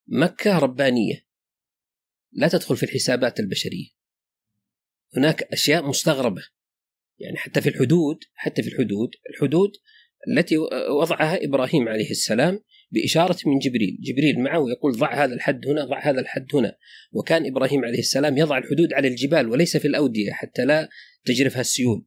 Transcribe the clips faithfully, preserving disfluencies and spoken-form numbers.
مكة ربانية لا تدخل في الحسابات البشرية. هناك أشياء مستغربة، يعني حتى في الحدود حتى في الحدود الحدود التي وضعها إبراهيم عليه السلام بإشارة من جبريل جبريل معه ويقول ضع هذا الحد هنا، ضع هذا الحد هنا. وكان إبراهيم عليه السلام يضع الحدود على الجبال وليس في الأودية حتى لا تجرفها السيول.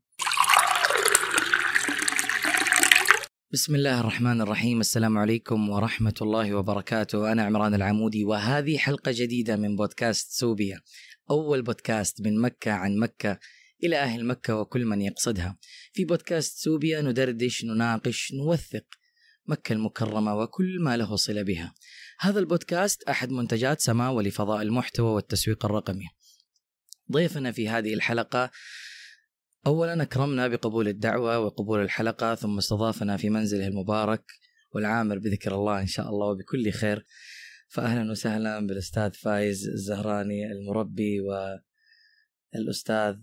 بسم الله الرحمن الرحيم. السلام عليكم ورحمة الله وبركاته. أنا عمران العمودي، وهذه حلقة جديدة من بودكاست سوبيا، أول بودكاست من مكة عن مكة إلى أهل مكة وكل من يقصدها. في بودكاست سوبيا ندردش، نناقش، نوثق مكة المكرمة وكل ما له صلة بها. هذا البودكاست أحد منتجات سماوة لفضاء المحتوى والتسويق الرقمي. ضيفنا في هذه الحلقة أولا أكرمنا بقبول الدعوة وقبول الحلقة، ثم استضافنا في منزله المبارك والعامر بذكر الله إن شاء الله وبكل خير. فأهلا وسهلا بالأستاذ فايز الزهراني، المربي والأستاذ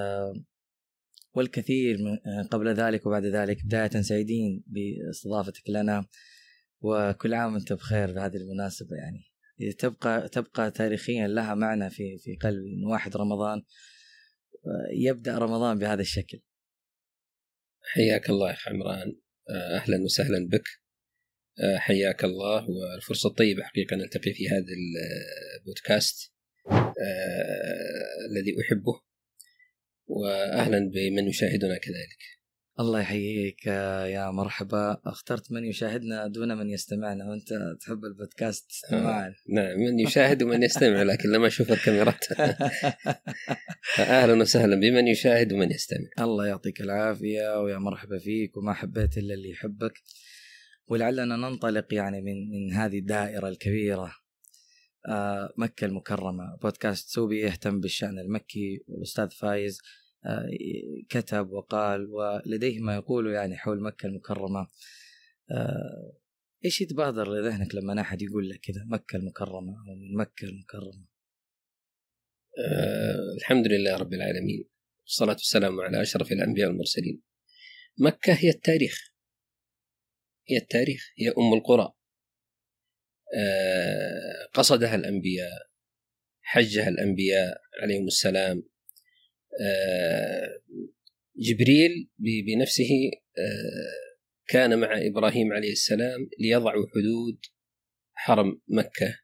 والكثير قبل ذلك وبعد ذلك. بداية سعيدين باستضافتك لنا، وكل عام وأنت بخير بهذه المناسبة. يعني تبقى تبقى تاريخيا لها معنى في في قلبي. واحد رمضان يبدأ رمضان بهذا الشكل. حياك الله يا عمران، أهلا وسهلا بك، حياك الله. والفرصة طيبة حقيقة نلتقي في هذا البودكاست الذي أحبه، وأهلا بمن يشاهدنا كذلك. الله يحييك، يا مرحبا. اخترت من يشاهدنا دون من يستمعنا، وانت تحب البودكاست تستمعنا. آه نعم، من يشاهد ومن يستمع، لكن لما أشوف الكاميرات. أهلا وسهلا بمن يشاهد ومن يستمع. الله يعطيك العافية ويا مرحبا فيك، وما حبيت إلا اللي يحبك. ولعلنا ننطلق يعني من من هذه الدائرة الكبيرة، آه مكة المكرمة. بودكاست سوبي يهتم بالشأن المكي، والأستاذ فايز آه كتب وقال ولديه ما يقوله يعني حول مكة المكرمة. آه إيش يتبادر لذهنك لما أحد يقول لك كذا مكة المكرمة أو من مكة المكرمة؟ آه الحمد لله رب العالمين، والصلاة والسلام على أشرف الأنبياء والمرسلين. مكة هي التاريخ، هي التاريخ، هي أم القرى. آه قصدها الأنبياء، حجها الأنبياء عليهم السلام. آه جبريل بنفسه آه كان مع إبراهيم عليه السلام ليضعوا حدود حرم مكة.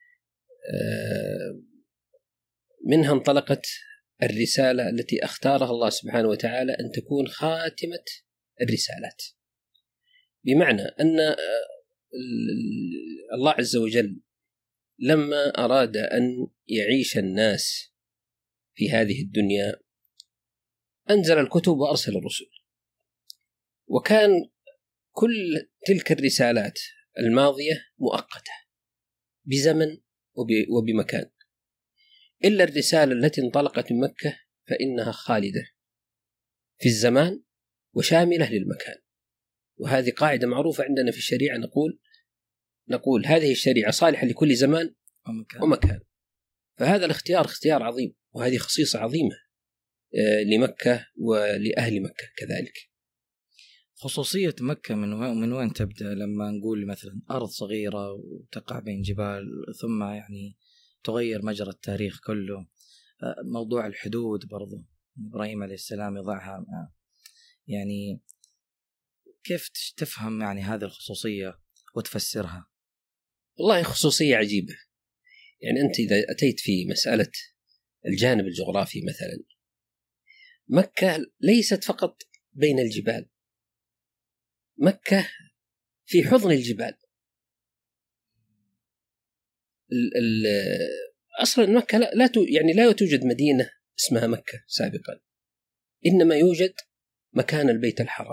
آه منها انطلقت الرسالة التي اختارها الله سبحانه وتعالى أن تكون خاتمة الرسالات، بمعنى أن الله عز وجل لما أراد أن يعيش الناس في هذه الدنيا أنزل الكتب وأرسل الرسل، وكان كل تلك الرسالات الماضية مؤقتة بزمن وبمكان، إلا الرسالة التي انطلقت من مكة فإنها خالدة في الزمان وشاملة للمكان. وهذه قاعدة معروفة عندنا في الشريعة، نقول نقول هذه الشريعة صالحة لكل زمان ومكان, ومكان. فهذا الاختيار اختيار عظيم، وهذه خصيصة عظيمة لمكة ولأهل مكة كذلك. خصوصية مكة من من وين تبدأ؟ لما نقول مثلا أرض صغيرة وتقع بين جبال، ثم يعني تغير مجرى التاريخ كله. موضوع الحدود برضو إبراهيم عليه السلام يضعها، يعني كيف تفهم يعني هذه الخصوصية وتفسرها؟ والله خصوصية عجيبة. يعني أنت إذا أتيت في مسألة الجانب الجغرافي مثلا، مكة ليست فقط بين الجبال، مكة في حضن الجبال. ال ال أصلا مكة لا, لا يعني لا توجد مدينة اسمها مكة سابقا، إنما يوجد مكان البيت الحرام.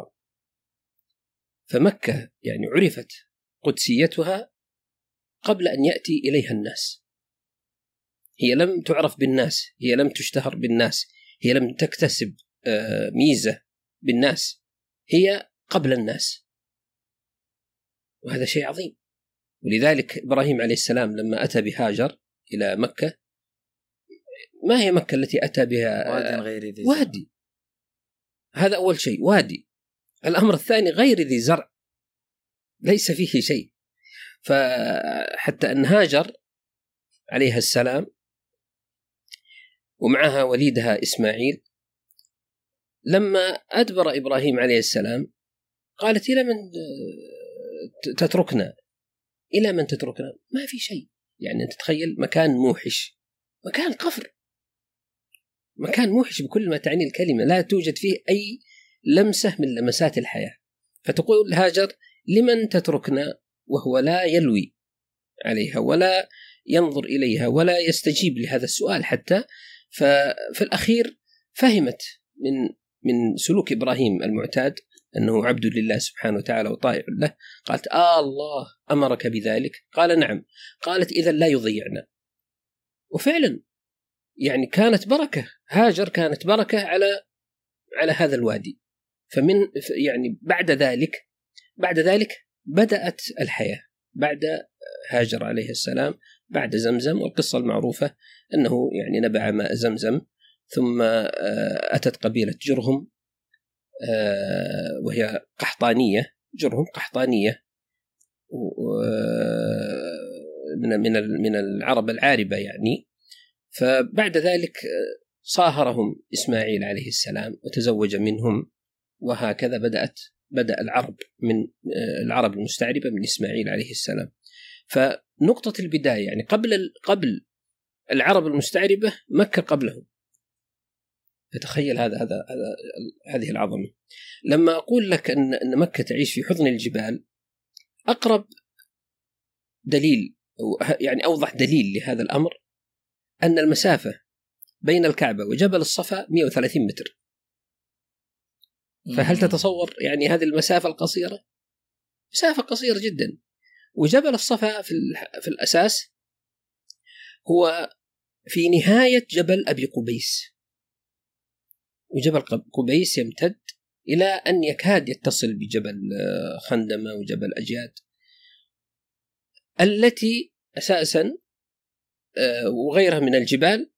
فمكة يعني عرفت قدسيتها قبل أن يأتي إليها الناس. هي لم تعرف بالناس، هي لم تشتهر بالناس، هي لم تكتسب ميزة بالناس، هي قبل الناس، وهذا شيء عظيم. ولذلك إبراهيم عليه السلام لما أتى بهاجر إلى مكة، ما هي مكة التي أتى بها؟ وادي غير ذي زرع. وادي، هذا أول شيء، وادي. الأمر الثاني غير ذي زرع، ليس فيه شيء. فحتى أن هاجر عليها السلام ومعها وليدها إسماعيل لما أدبر إبراهيم عليه السلام قالت إلى من تتركنا، إلى من تتركنا؟ ما في شيء. يعني أنت تتخيل مكان موحش، مكان قفر، مكان موحش بكل ما تعني الكلمة، لا توجد فيه أي لمسة من لمسات الحياة. فتقول هاجر لمن تتركنا وهو لا يلوي عليها ولا ينظر إليها ولا يستجيب لهذا السؤال حتى. ففي الأخير فهمت من من سلوك إبراهيم المعتاد أنه عبد لله سبحانه وتعالى وطائع له. قالت آه الله أمرك بذلك؟ قال نعم. قالت إذا لا يضيعنا. وفعلا يعني كانت بركة، هاجر كانت بركة على على هذا الوادي. فمن يعني بعد ذلك بعد ذلك بدأت الحياة بعد هاجر عليه السلام بعد زمزم. والقصة المعروفة أنه يعني نبع ماء زمزم، ثم أتت قبيلة جرهم وهي قحطانية، جرهم قحطانية من من من العرب العاربة يعني. فبعد ذلك صاهرهم إسماعيل عليه السلام وتزوج منهم، وهكذا بدأت بدأ العرب من العرب المستعربة من إسماعيل عليه السلام. فنقطة البداية يعني قبل قبل العرب المستعربة مكة قبلهم. فتخيل هذا هذا هذا هذه العظمة. لما أقول لك أن أن مكة تعيش في حضن الجبال، أقرب دليل يعني أوضح دليل لهذا الأمر أن المسافة بين الكعبة وجبل الصفا مئة وثلاثين متر. فهل تتصور يعني هذه المسافة القصيرة؟ مسافة قصيرة جدا. وجبل الصفا في في الأساس هو في نهاية جبل أبي قبيس، وجبل قبيس يمتد إلى أن يكاد يتصل بجبل خندمة وجبل أجياد، التي أساسا وغيرها من الجبال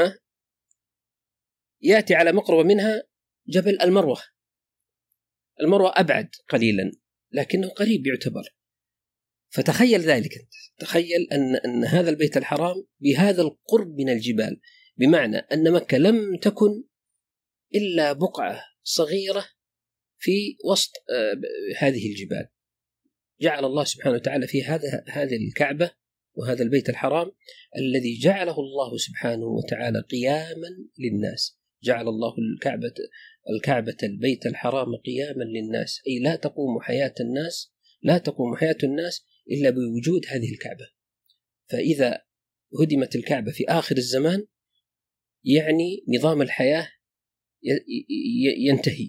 يأتي على مقربة منها جبل المروة. المروة أبعد قليلا لكنه قريب يعتبر. فتخيل ذلك أنت، تخيل أن أن هذا البيت الحرام بهذا القرب من الجبال، بمعنى أن مكة لم تكن إلا بقعة صغيرة في وسط هذه الجبال. جعل الله سبحانه وتعالى في هذا هذه الكعبة وهذا البيت الحرام الذي جعله الله سبحانه وتعالى قياما للناس. جعل الله الكعبة الكعبة البيت الحرام قياما للناس، أي لا تقوم حياة الناس لا تقوم حياة الناس إلا بوجود هذه الكعبة. فإذا هدمت الكعبة في آخر الزمان يعني نظام الحياة ينتهي،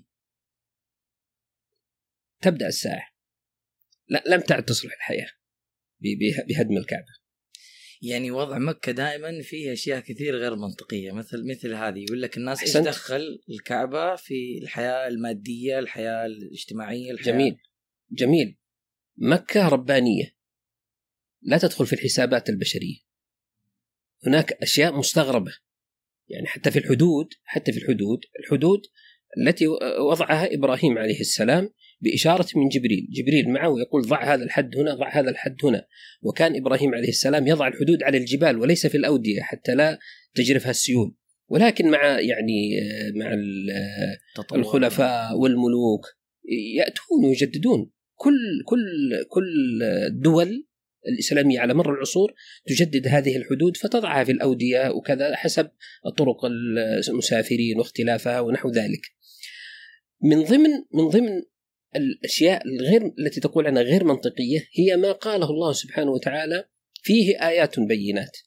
تبدأ الساعة، لا لم تعد تصلح الحياة بهدم الكعبة. يعني وضع مكة دائما فيه أشياء كثير غير منطقية، مثل مثل هذه. يقول لك الناس إيش دخل الكعبة في الحياة المادية، الحياة الاجتماعية، الحياة... جميل جميل. مكة ربانية لا تدخل في الحسابات البشرية. هناك أشياء مستغربة يعني حتى في الحدود حتى في الحدود الحدود التي وضعها إبراهيم عليه السلام بإشارة من جبريل. جبريل معه يقول ضع هذا الحد هنا، ضع هذا الحد هنا. وكان إبراهيم عليه السلام يضع الحدود على الجبال وليس في الأودية حتى لا تجرفها السيول. ولكن مع يعني مع الخلفاء والملوك يأتون ويجددون. كل كل كل الدول الإسلامية على مر العصور تجدد هذه الحدود فتضعها في الأودية وكذا حسب طرق المسافرين واختلافها ونحو ذلك. من ضمن من ضمن الأشياء الغير التي تقول عنها غير منطقية هي ما قاله الله سبحانه وتعالى فيه آيات بينات.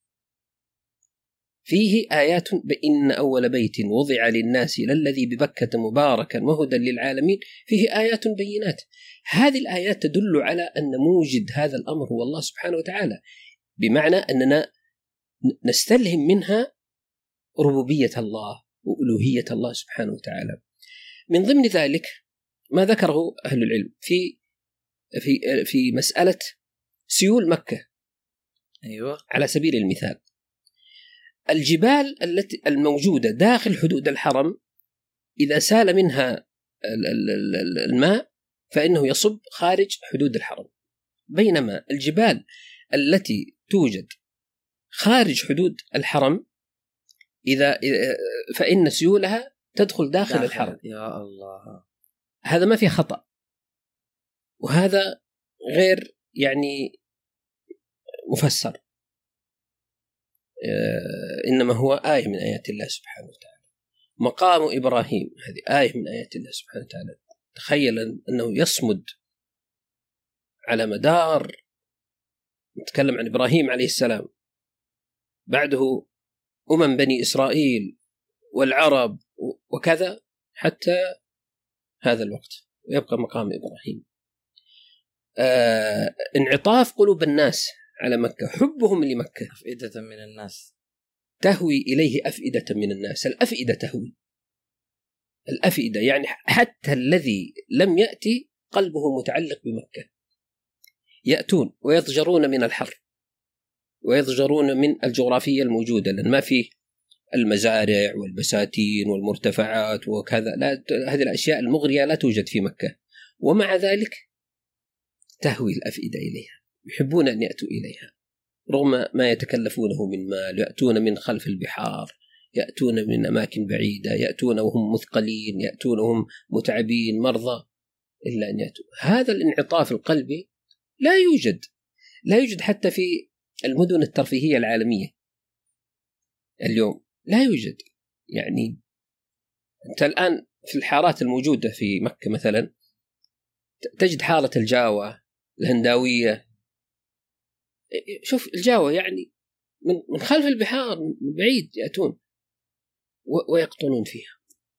فيه آيات بإن أول بيت وضع للناس للذي ببكة مباركا وهدى للعالمين فيه آيات بينات. هذه الآيات تدل على أن موجد هذا الأمر هو الله سبحانه وتعالى، بمعنى أننا نستلهم منها ربوبية الله وألوهية الله سبحانه وتعالى. من ضمن ذلك ما ذكره أهل العلم في في في مسألة سيول مكة. أيوة. على سبيل المثال الجبال التي الموجودة داخل حدود الحرم إذا سال منها الماء فإنه يصب خارج حدود الحرم. بينما الجبال التي توجد خارج حدود الحرم إذا فإن سيولها تدخل داخل, داخل الحرم. يا الله، هذا ما فيه خطأ، وهذا غير يعني مفسر، إنما هو آية من آيات الله سبحانه وتعالى. مقام إبراهيم هذه آية من آيات الله سبحانه وتعالى. تخيل أنه يصمد على مدار، نتكلم عن إبراهيم عليه السلام، بعده أمم بني إسرائيل والعرب وكذا حتى هذا الوقت، ويبقى مقام إبراهيم. آه انعطاف قلوب الناس على مكة، حبهم لمكة. أفئدة من الناس تهوي إليه أفئدة من الناس. الأفئدة تهوي، الأفئدة يعني حتى الذي لم يأتي قلبه متعلق بمكة يأتون ويضجرون من الحر، ويضجرون من الجغرافية الموجودة، لأن ما فيه المزارع والبساتين والمرتفعات وكذا، لا، هذه الأشياء المغرية لا توجد في مكة، ومع ذلك تهوي الأفئدة إليها، يحبون أن يأتوا إليها رغم ما يتكلفونه من مال، يأتون من خلف البحار، يأتون من أماكن بعيدة، يأتون وهم مثقلين، يأتون وهم متعبين مرضى، إلا أن يأتوا. هذا الانعطاف القلبي لا يوجد، لا يوجد حتى في المدن الترفيهية العالمية اليوم، لا يوجد. يعني أنت الآن في الحارات الموجودة في مكة مثلا تجد حارة الجاوة، الهنداوية، شوف الجاوة يعني من خلف البحار من بعيد يأتون ويقطنون فيها.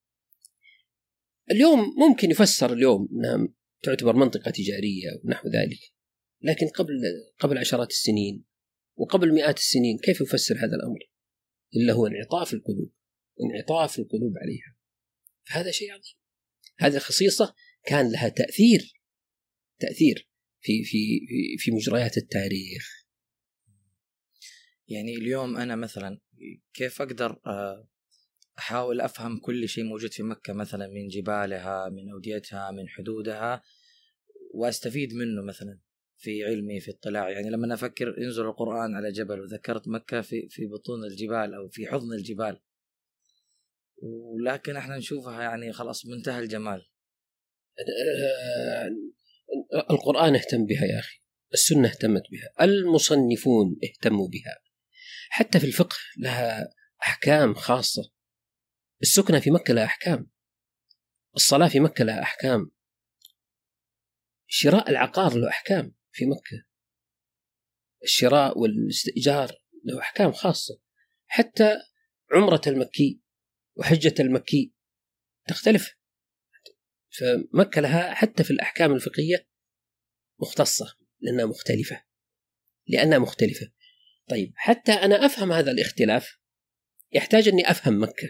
اليوم ممكن يفسر اليوم أنها تعتبر منطقة تجارية ونحو ذلك، لكن قبل قبل عشرات السنين وقبل مئات السنين كيف يفسر هذا الأمر؟ إلا هو انعطاف القلوب، انعطاف القلوب عليها. فهذا شيء عظيم. هذه الخصيصة كان لها تأثير تأثير في في في في مجريات التاريخ. يعني اليوم أنا مثلا كيف أقدر أحاول أفهم كل شيء موجود في مكة، مثلا من جبالها، من أوديتها، من حدودها، وأستفيد منه مثلا في علمي، في اطلاع. يعني لما أفكر ينزل القرآن على جبل وذكرت مكة في في بطون الجبال أو في حضن الجبال، ولكن احنا نشوفها يعني خلاص منتهى الجمال. القرآن اهتم بها يا أخي، السنة اهتمت بها، المصنفون اهتموا بها، حتى في الفقه لها أحكام خاصة. السكنة في مكة لها أحكام، الصلاة في مكة لها أحكام، شراء العقار له أحكام في مكة، الشراء والاستئجار له أحكام خاصة، حتى عمرة المكي وحجة المكي تختلف. فمكة لها حتى في الأحكام الفقهية مختصة لأنها مختلفة لأنها مختلفة طيب حتى أنا أفهم هذا الاختلاف يحتاج أني أفهم مكة.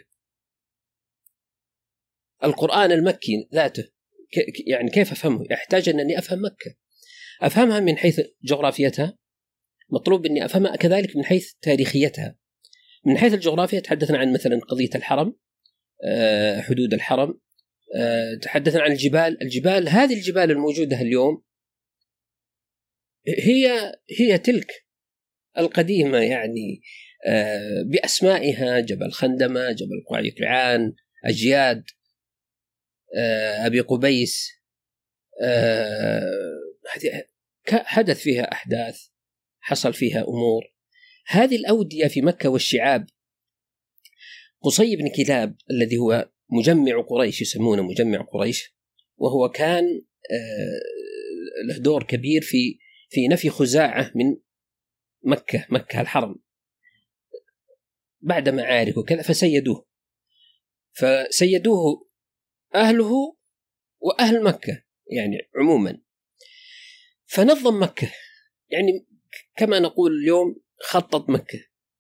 القرآن المكي ذاته يعني كيف أفهمه؟ يحتاج أنني أفهم مكة، أفهمها من حيث جغرافيتها، مطلوب أني أفهمها كذلك من حيث تاريخيتها. من حيث الجغرافيا تحدثنا عن مثلا قضية الحرم، حدود الحرم، تحدثنا عن الجبال. الجبال هذه الجبال الموجودة اليوم هي هي تلك القديمة، يعني بأسمائها: جبل خندمة، جبل قعيقعان، أجياد، أبي قبيس. حدث فيها أحداث، حصل فيها أمور. هذه الأودية في مكة والشعاب، قصي بن كلاب الذي هو مجمع قريش، يسمونه مجمع قريش، وهو كان له دور كبير في في نفي خزاعة من مكة مكة الحرم بعد معارك وكذا، فسيدوه فسيدوه أهله وأهل مكة يعني عموما، فنظم مكة، يعني كما نقول اليوم خطط مكة،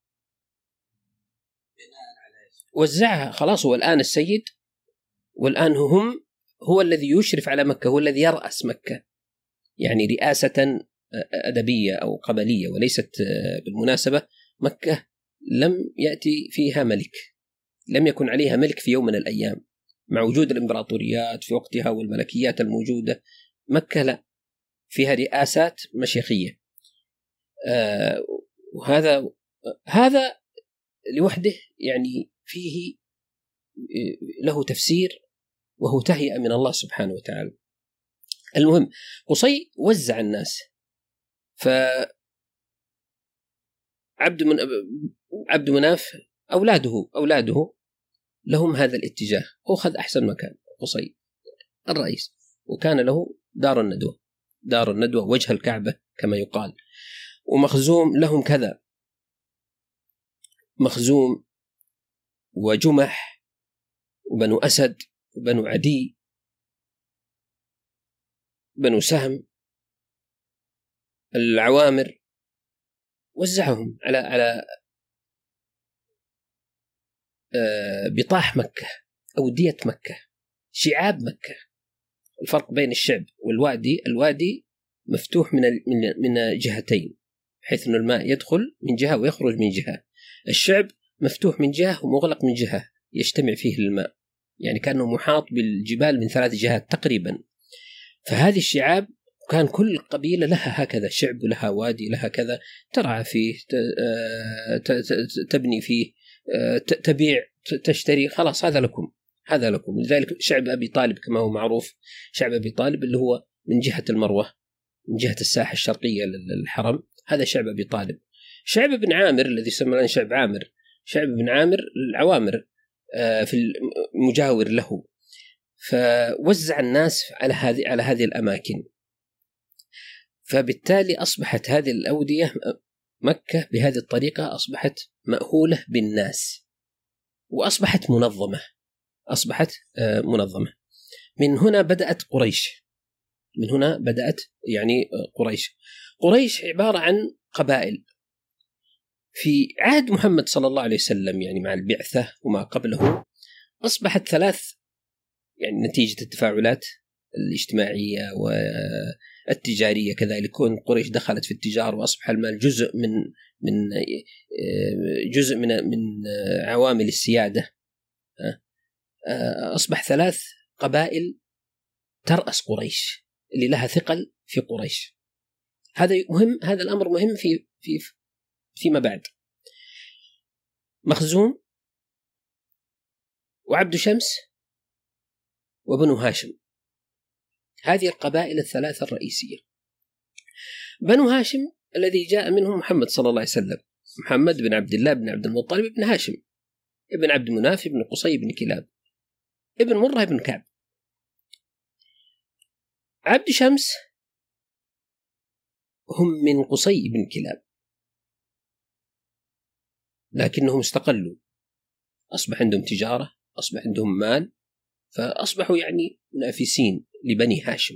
وزعها خلاص. هو الآن السيد، والآن هم هو الذي يشرف على مكة، هو الذي يرأس مكة، يعني رئاسة أدبية أو قبلية. وليست بالمناسبة مكة لم يأتي فيها ملك، لم يكن عليها ملك في يوم من الأيام، مع وجود الإمبراطوريات في وقتها والملكيات الموجودة. مكة لا، فيها رئاسات مشيخية. آه وهذا هذا لوحده يعني فيه له تفسير وهو تهيئة من الله سبحانه وتعالى. المهم قصي وزع الناس، فعبد من عبد مناف أولاده أولاده لهم هذا الاتجاه، هو أخذ أحسن مكان قصي الرئيس، وكان له دار الندوة دار الندوة وجه الكعبة كما يقال. ومخزوم لهم كذا، مخزوم وجمح وبنو أسد وبنو عدي بنو سهم العوامر، وزعهم على على بطاح مكة أو دية مكة، شعاب مكة. الفرق بين الشعب والوادي، الوادي مفتوح من من جهتين بحيث أن الماء يدخل من جهة ويخرج من جهة، الشعب مفتوح من جهة ومغلق من جهة يجتمع فيه الماء، يعني كأنه محاط بالجبال من ثلاث جهات تقريبا. فهذه الشعاب كان كل قبيلة لها هكذا شعب ولها وادي لها كذا، ترعى فيه، تبني فيه، تبيع، تشتري، خلاص هذا لكم هذا لكم. لذلك شعب أبي طالب كما هو معروف، شعب أبي طالب اللي هو من جهة المروة من جهة الساحة الشرقية للحرم، هذا شعب أبي طالب. شعب بن عامر الذي يسمى الآن شعب عامر، شعب بن عامر العوامر في المجاور له. فوزع الناس على هذه على هذه الأماكن، فبالتالي أصبحت هذه الأودية مكة بهذه الطريقة أصبحت مأهولة بالناس وأصبحت منظمة أصبحت منظمة. من هنا بدأت قريش من هنا بدأت يعني قريش قريش عبارة عن قبائل. في عهد محمد صلى الله عليه وسلم يعني مع البعثة وما قبله أصبحت ثلاث، يعني نتيجة التفاعلات الاجتماعية والتجارية كذلك، كون قريش دخلت في التجارة وأصبح المال جزء من من جزء من من عوامل السيادة. أصبح ثلاث قبائل ترأس قريش اللي لها ثقل في قريش. هذا مهم، هذا الأمر مهم في في فيما بعد. مخزوم وعبد شمس وبنو هاشم، هذه القبائل الثلاثة الرئيسية. بنو هاشم الذي جاء منهم محمد صلى الله عليه وسلم، محمد بن عبد الله بن عبد المطلب بن هاشم ابن عبد مناف بن قصي بن كلاب ابن مرة بن كعب. عبد شمس هم من قصي بن كلاب لكنهم استقلوا، أصبح عندهم تجارة، أصبح عندهم مال، فأصبحوا يعني منافسين لبني هاشم.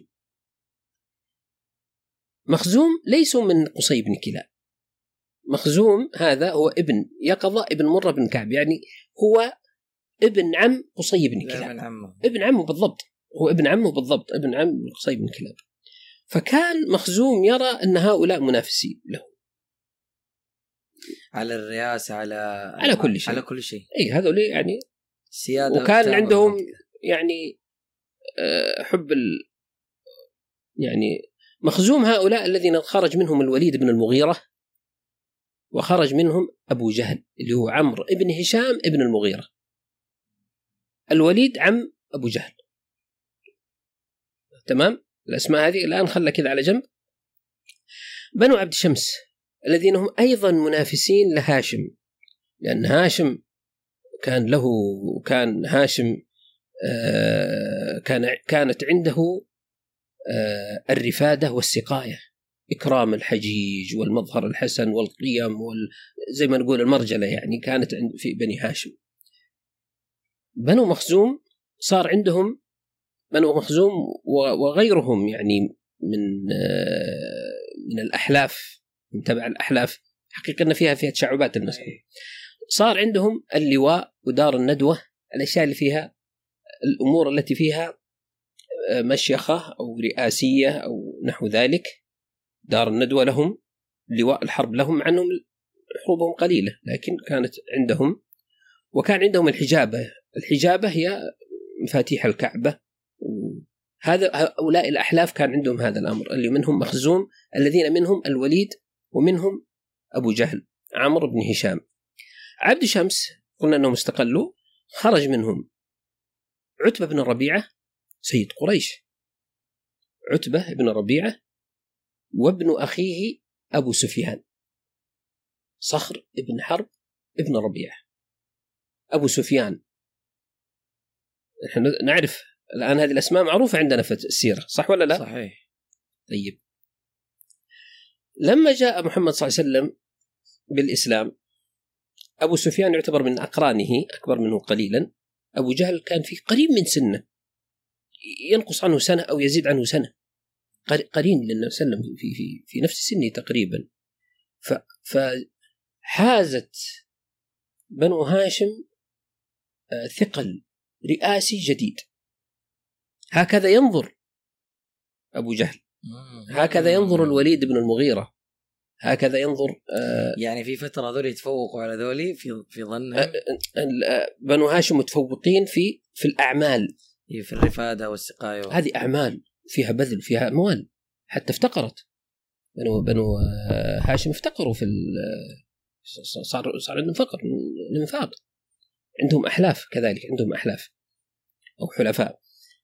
مخزوم ليسوا من قصي بن كلاب، مخزوم هذا هو ابن يقظة ابن مرة بن كعب، يعني هو ابن عم قصي بن كلاب، ابن عمه بالضبط، هو ابن عمه بالضبط، ابن عم قصي بن كلاب. فكان مخزوم يرى أن هؤلاء منافسين له على الرئاسة، على على كل شيء على كل شيء أي هذول يعني سيادة، وكان عندهم يعني حب ال... يعني مخزوم هؤلاء الذين خرج منهم الوليد بن المغيرة وخرج منهم أبو جهل اللي هو عمرو ابن هشام ابن المغيرة. الوليد عم أبو جهل، تمام. الأسماء هذه الآن خلى كذا على جنب. بنو عبد شمس الذين هم أيضا منافسين لهاشم، لأن هاشم كان له كان هاشم آه كان كانت عنده آه الرفادة والسقاية، إكرام الحجيج والمظهر الحسن والقيم وال زي ما نقول المرجلة، يعني كانت في بني هاشم. بنو مخزوم صار عندهم بنو مخزوم وغيرهم يعني من آه من الأحلاف، من تبع الأحلاف، حقيقة أن فيها فيها تشعبات النسب. صار عندهم اللواء ودار الندوة، الأشياء اللي فيها الأمور التي فيها مشيخة أو رئاسية أو نحو ذلك. دار الندوة لهم، لواء الحرب لهم، عنهم حروبهم قليلة لكن كانت عندهم. وكان عندهم الحجابة، الحجابة هي مفاتيح الكعبة، هذا هؤلاء الأحلاف كان عندهم هذا الأمر، اللي منهم مخزوم، الذين منهم الوليد، ومنهم أبو جهل عمرو بن هشام. عبد شمس قلنا أنهم استقلوا، خرج منهم عتبة بن ربيعة سيد قريش، عتبة بن ربيعة وابن أخيه أبو سفيان، صخر ابن حرب ابن ربيعة. أبو سفيان نحن نعرف الآن هذه الأسماء معروفة عندنا في السيرة، صح ولا لا؟ صحيح. طيب، لما جاء محمد صلى الله عليه وسلم بالإسلام، أبو سفيان يعتبر من أقرانه، أكبر منه قليلا. أبو جهل كان في قريب من سنه، ينقص عنه سنة أو يزيد عنه سنة، قرين للنبي صلى الله عليه وسلم في, في, في نفس سنه تقريبا. فحازت بنو هاشم ثقل رئاسي جديد. هكذا ينظر أبو جهل، هكذا ينظر الوليد بن المغيرة، هكذا ينظر آه يعني في فترة ذولي يتفوقوا على ذولي في في ظنهم. آه بنو هاشم متفوقين في في الأعمال، في الرفادة والسقاية، هذه أعمال فيها بذل، فيها أموال، حتى افتقرت بنو بنو آه هاشم، افتقروا في صار صار عندهم فقر، الانفاق، عندهم أحلاف كذلك، عندهم أحلاف أو حلفاء.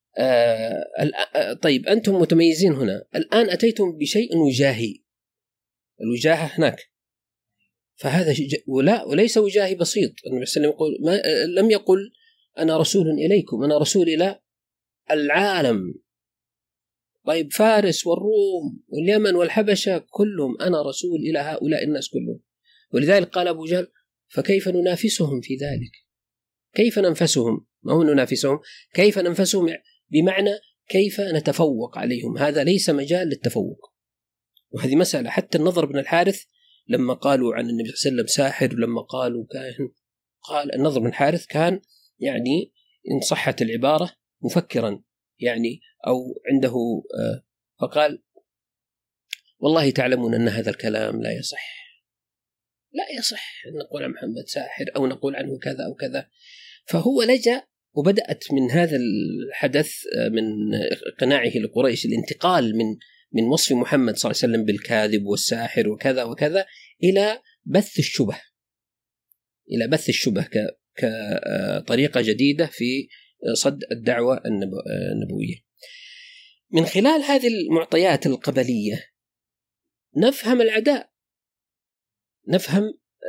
آه طيب، أنتم متميزين هنا، الآن أتيتم بشيء وجاهي، الوجاهة هناك، فهذا ولا وليس وجاهي بسيط. النبي صلى الله عليه وسلم يقول ما لم يقل أنا رسول إليكم، أنا رسول إلى العالم. طيب، فارس والروم واليمن والحبشة كلهم أنا رسول إلى هؤلاء الناس كلهم. ولذلك قال أبو جهل فكيف ننافسهم في ذلك؟ كيف ننفسهم؟ ما هو ننافسهم، كيف ننفسهم بمعنى كيف نتفوق عليهم، هذا ليس مجال للتفوق. وهذه مسألة، حتى النضر بن الحارث لما قالوا عن النبي صلى الله عليه وسلم ساحر، ولما قالوا كاهن، قال النضر بن الحارث كان يعني إن صحت العبارة مفكرا يعني، أو عنده آه فقال والله تعلمون أن هذا الكلام لا يصح، لا يصح أن نقول عن محمد ساحر أو نقول عنه كذا أو كذا. فهو لجأ، وبدأت من هذا الحدث من قناعه لقريش الانتقال من من وصف محمد صلى الله عليه وسلم بالكاذب والساحر وكذا وكذا إلى بث الشبه، إلى بث الشبه كطريقة جديدة في صد الدعوة النبوية. من خلال هذه المعطيات القبلية نفهم العداء، نفهم.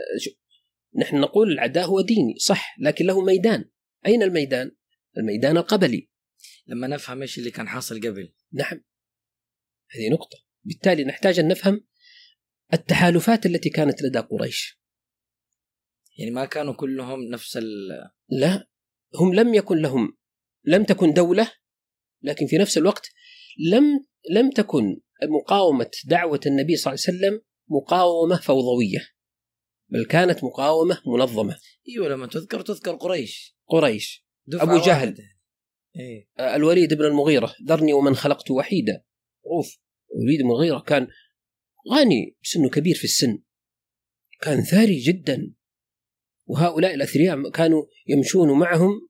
نحن نقول العداء هو ديني صح، لكن له ميدان. أين الميدان؟ الميدان القبلي. لما نفهم إيش اللي كان حاصل قبل، نعم، هذه نقطة. بالتالي نحتاج أن نفهم التحالفات التي كانت لدى قريش. يعني ما كانوا كلهم نفس ال... لا، هم لم يكن لهم، لم تكن دولة، لكن في نفس الوقت لم لم تكن مقاومة دعوة النبي صلى الله عليه وسلم مقاومة فوضوية، بل كانت مقاومة منظمة. ايوه، لما تذكر تذكر قريش قريش أبو جهل، إيه؟ الوليد بن المغيرة، ذرني ومن خلقت وحيدا. روف الوليد بن المغيرة كان غني، سنه كبير في السن، كان ثري جدا، وهؤلاء الأثرياء كانوا يمشون معهم.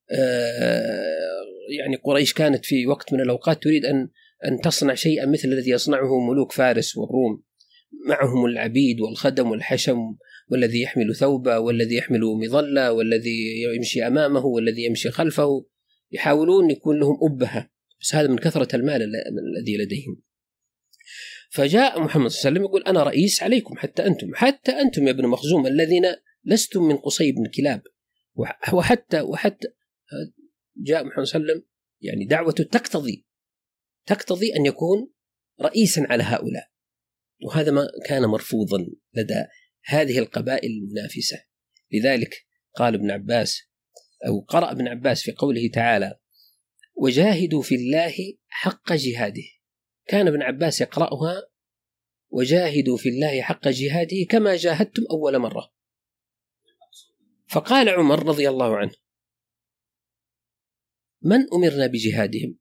يعني قريش كانت في وقت من الأوقات تريد أن أن تصنع شيئا مثل الذي يصنعه ملوك فارس والروم، معهم العبيد والخدم والحشم، والذي يحمل ثوبة، والذي يحمل مظلة، والذي يمشي أمامه، والذي يمشي خلفه، يحاولون يكون لهم أبهة، بس هذا من كثرة المال الذي لديهم. فجاء محمد صلى الله عليه وسلم يقول أنا رئيس عليكم، حتى أنتم حتى أنتم يا ابن مخزوم الذين لستم من قصي بن كلاب، وحتى وحتى جاء محمد صلى الله عليه وسلم يعني دعوته تقتضي تقتضي أن يكون رئيسا على هؤلاء، وهذا ما كان مرفوضا لدى هذه القبائل المنافسة. لذلك قال ابن عباس أو قرأ ابن عباس في قوله تعالى وجاهدوا في الله حق جهاده، كان ابن عباس يقرأها وجاهدوا في الله حق جهاده كما جاهدتم أول مرة. فقال عمر رضي الله عنه من أمرنا بجهادهم؟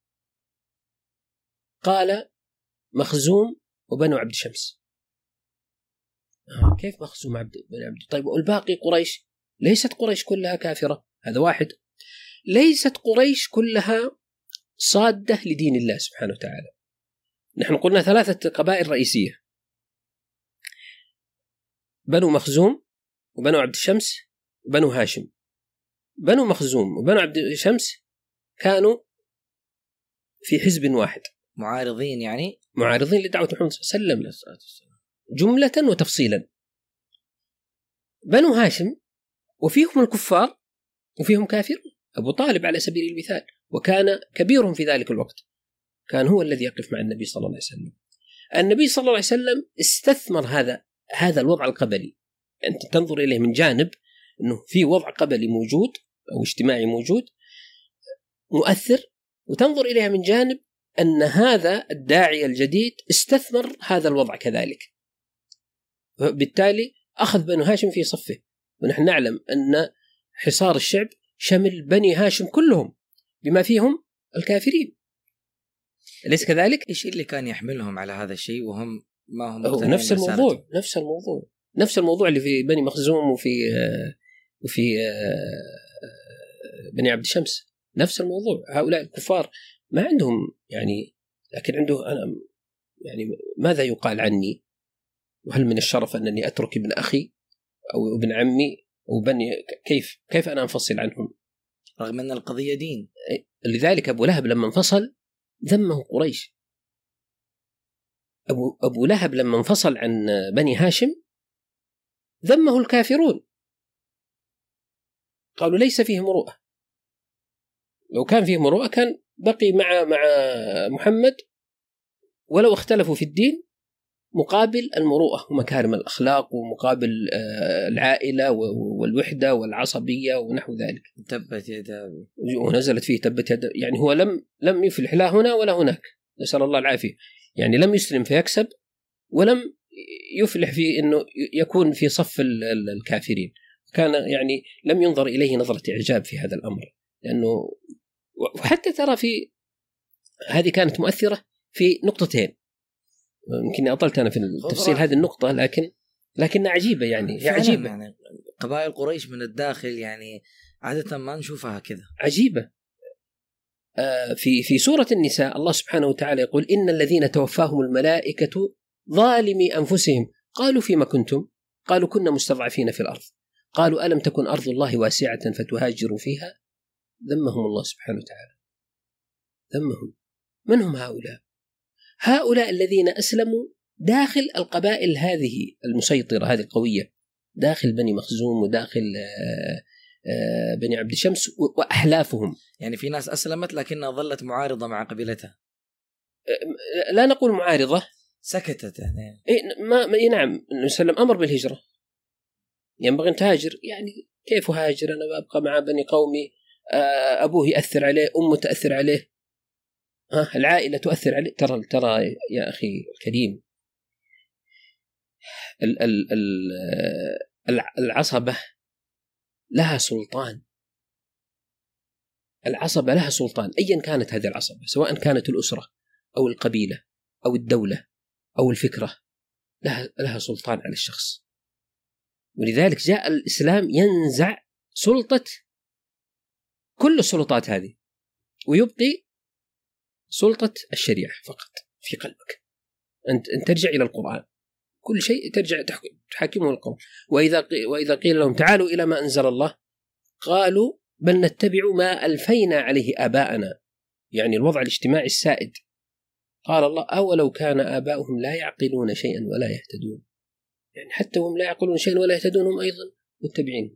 قال مخزوم وبنو عبد شمس. آه كيف مخزوم عبد بن عبد؟ طيب والباقي قريش؟ ليست قريش كلها كافرة، هذا واحد. ليست قريش كلها صادة لدين الله سبحانه وتعالى. نحن قلنا ثلاثة قبائل رئيسية: بنو مخزوم وبنو عبد الشمس وبنو هاشم. بنو مخزوم وبنو عبد الشمس كانوا في حزب واحد، معارضين يعني معارضين لدعوة محمد صلى الله عليه وسلم جملة وتفصيلا. بنو هاشم وفيهم الكفار وفيهم كافر، أبو طالب على سبيل المثال، وكان كبيرهم في ذلك الوقت، كان هو الذي يقف مع النبي صلى الله عليه وسلم. النبي صلى الله عليه وسلم استثمر هذا هذا الوضع القبلي. أنت تنظر إليه من جانب أنه في وضع قبلي موجود أو اجتماعي موجود مؤثر، وتنظر إليها من جانب أن هذا الداعية الجديد استثمر هذا الوضع كذلك، بالتالي أخذ بنو هاشم في صفه. ونحن نعلم أن حصار الشعب شمل بني هاشم كلهم بما فيهم الكافرين، أليس كذلك؟ إيش اللي كان يحملهم على هذا الشيء وهم ما هم هو نفس الموضوع نفس الموضوع نفس الموضوع اللي في بني مخزوم وفي وفي بني عبد الشمس، نفس الموضوع. هؤلاء الكفار ما عندهم يعني، لكن عنده أنا يعني ماذا يقال عني، وهل من الشرف أنني أترك ابن أخي أو ابن عمي وبني، كيف كيف أنا أنفصل عنهم رغم أن القضية دين. لذلك أبو لهب لما انفصل ذمه قريش. أبو, أبو لهب لما انفصل عن بني هاشم ذمه الكافرون، قالوا ليس فيه مروءة. لو كان فيه مروءة كان بقي مع مع محمد ولو اختلفوا في الدين، مقابل المروءة ومكارم الأخلاق ومقابل العائلة والوحدة والعصبية ونحو ذلك. تبت يدا، ونزلت فيه تبت يدا، يعني هو لم لم يفلح لا هنا ولا هناك، نسأل الله العافية. يعني لم يسلم فيكسب، ولم يفلح في أنه يكون في صف الكافرين. كان يعني لم ينظر إليه نظرة إعجاب في هذا الأمر، لأنه وحتى ترى في هذه كانت مؤثرة في نقطتين. يمكن أطلت أنا في التفصيل هذه النقطة، لكن لكنها عجيبة يعني عجيبة. يعني قبائل قريش من الداخل يعني عادة ما نشوفها كذا، عجيبة. آه في في سورة النساء الله سبحانه وتعالى يقول: إن الذين توفاهم الملائكة ظالمي أنفسهم قالوا فيما كنتم؟ قالوا كنا مستضعفين في الأرض قالوا ألم تكن أرض الله واسعة فتهاجروا فيها. ذمهم الله سبحانه وتعالى، ذمهم. من هم هؤلاء؟ هؤلاء الذين أسلموا داخل القبائل هذه المسيطرة، هذه القوية، داخل بني مخزوم وداخل بني عبد الشمس وأحلافهم. يعني في ناس أسلمت لكنها ظلت معارضة مع قبيلتها. لا نقول معارضة، سكتت يعني. إيه ما نعم، نسلم أمر بالهجرة، ينبغي أن تهاجر. يعني كيف هاجر أنا أبقى مع بني قومي؟ أبوه يأثر عليه، أمه تأثر عليه، ها العائلة تؤثر عليه. ترى ترى يا أخي الكريم، ال ال ال العصبة لها سلطان، العصبة لها سلطان أيا كانت هذه العصبة، سواء كانت الأسرة أو القبيلة أو الدولة أو الفكرة، لها لها سلطان على الشخص. ولذلك جاء الإسلام ينزع سلطة كل السلطات هذه ويبقي سلطة الشريعة فقط في قلبك. أنت أنت ترجع إلى القرآن، كل شيء ترجع تحاكمه القرآن. وإذا وإذا قيل لهم تعالوا إلى ما أنزل الله قالوا بل نتبع ما ألفينا عليه آباءنا، يعني الوضع الاجتماعي السائد. قال الله أولو كان آباؤهم لا يعقلون شيئا ولا يهتدون، يعني حتى هم لا يعقلون شيئا ولا يهتدون هم أيضا متبعين.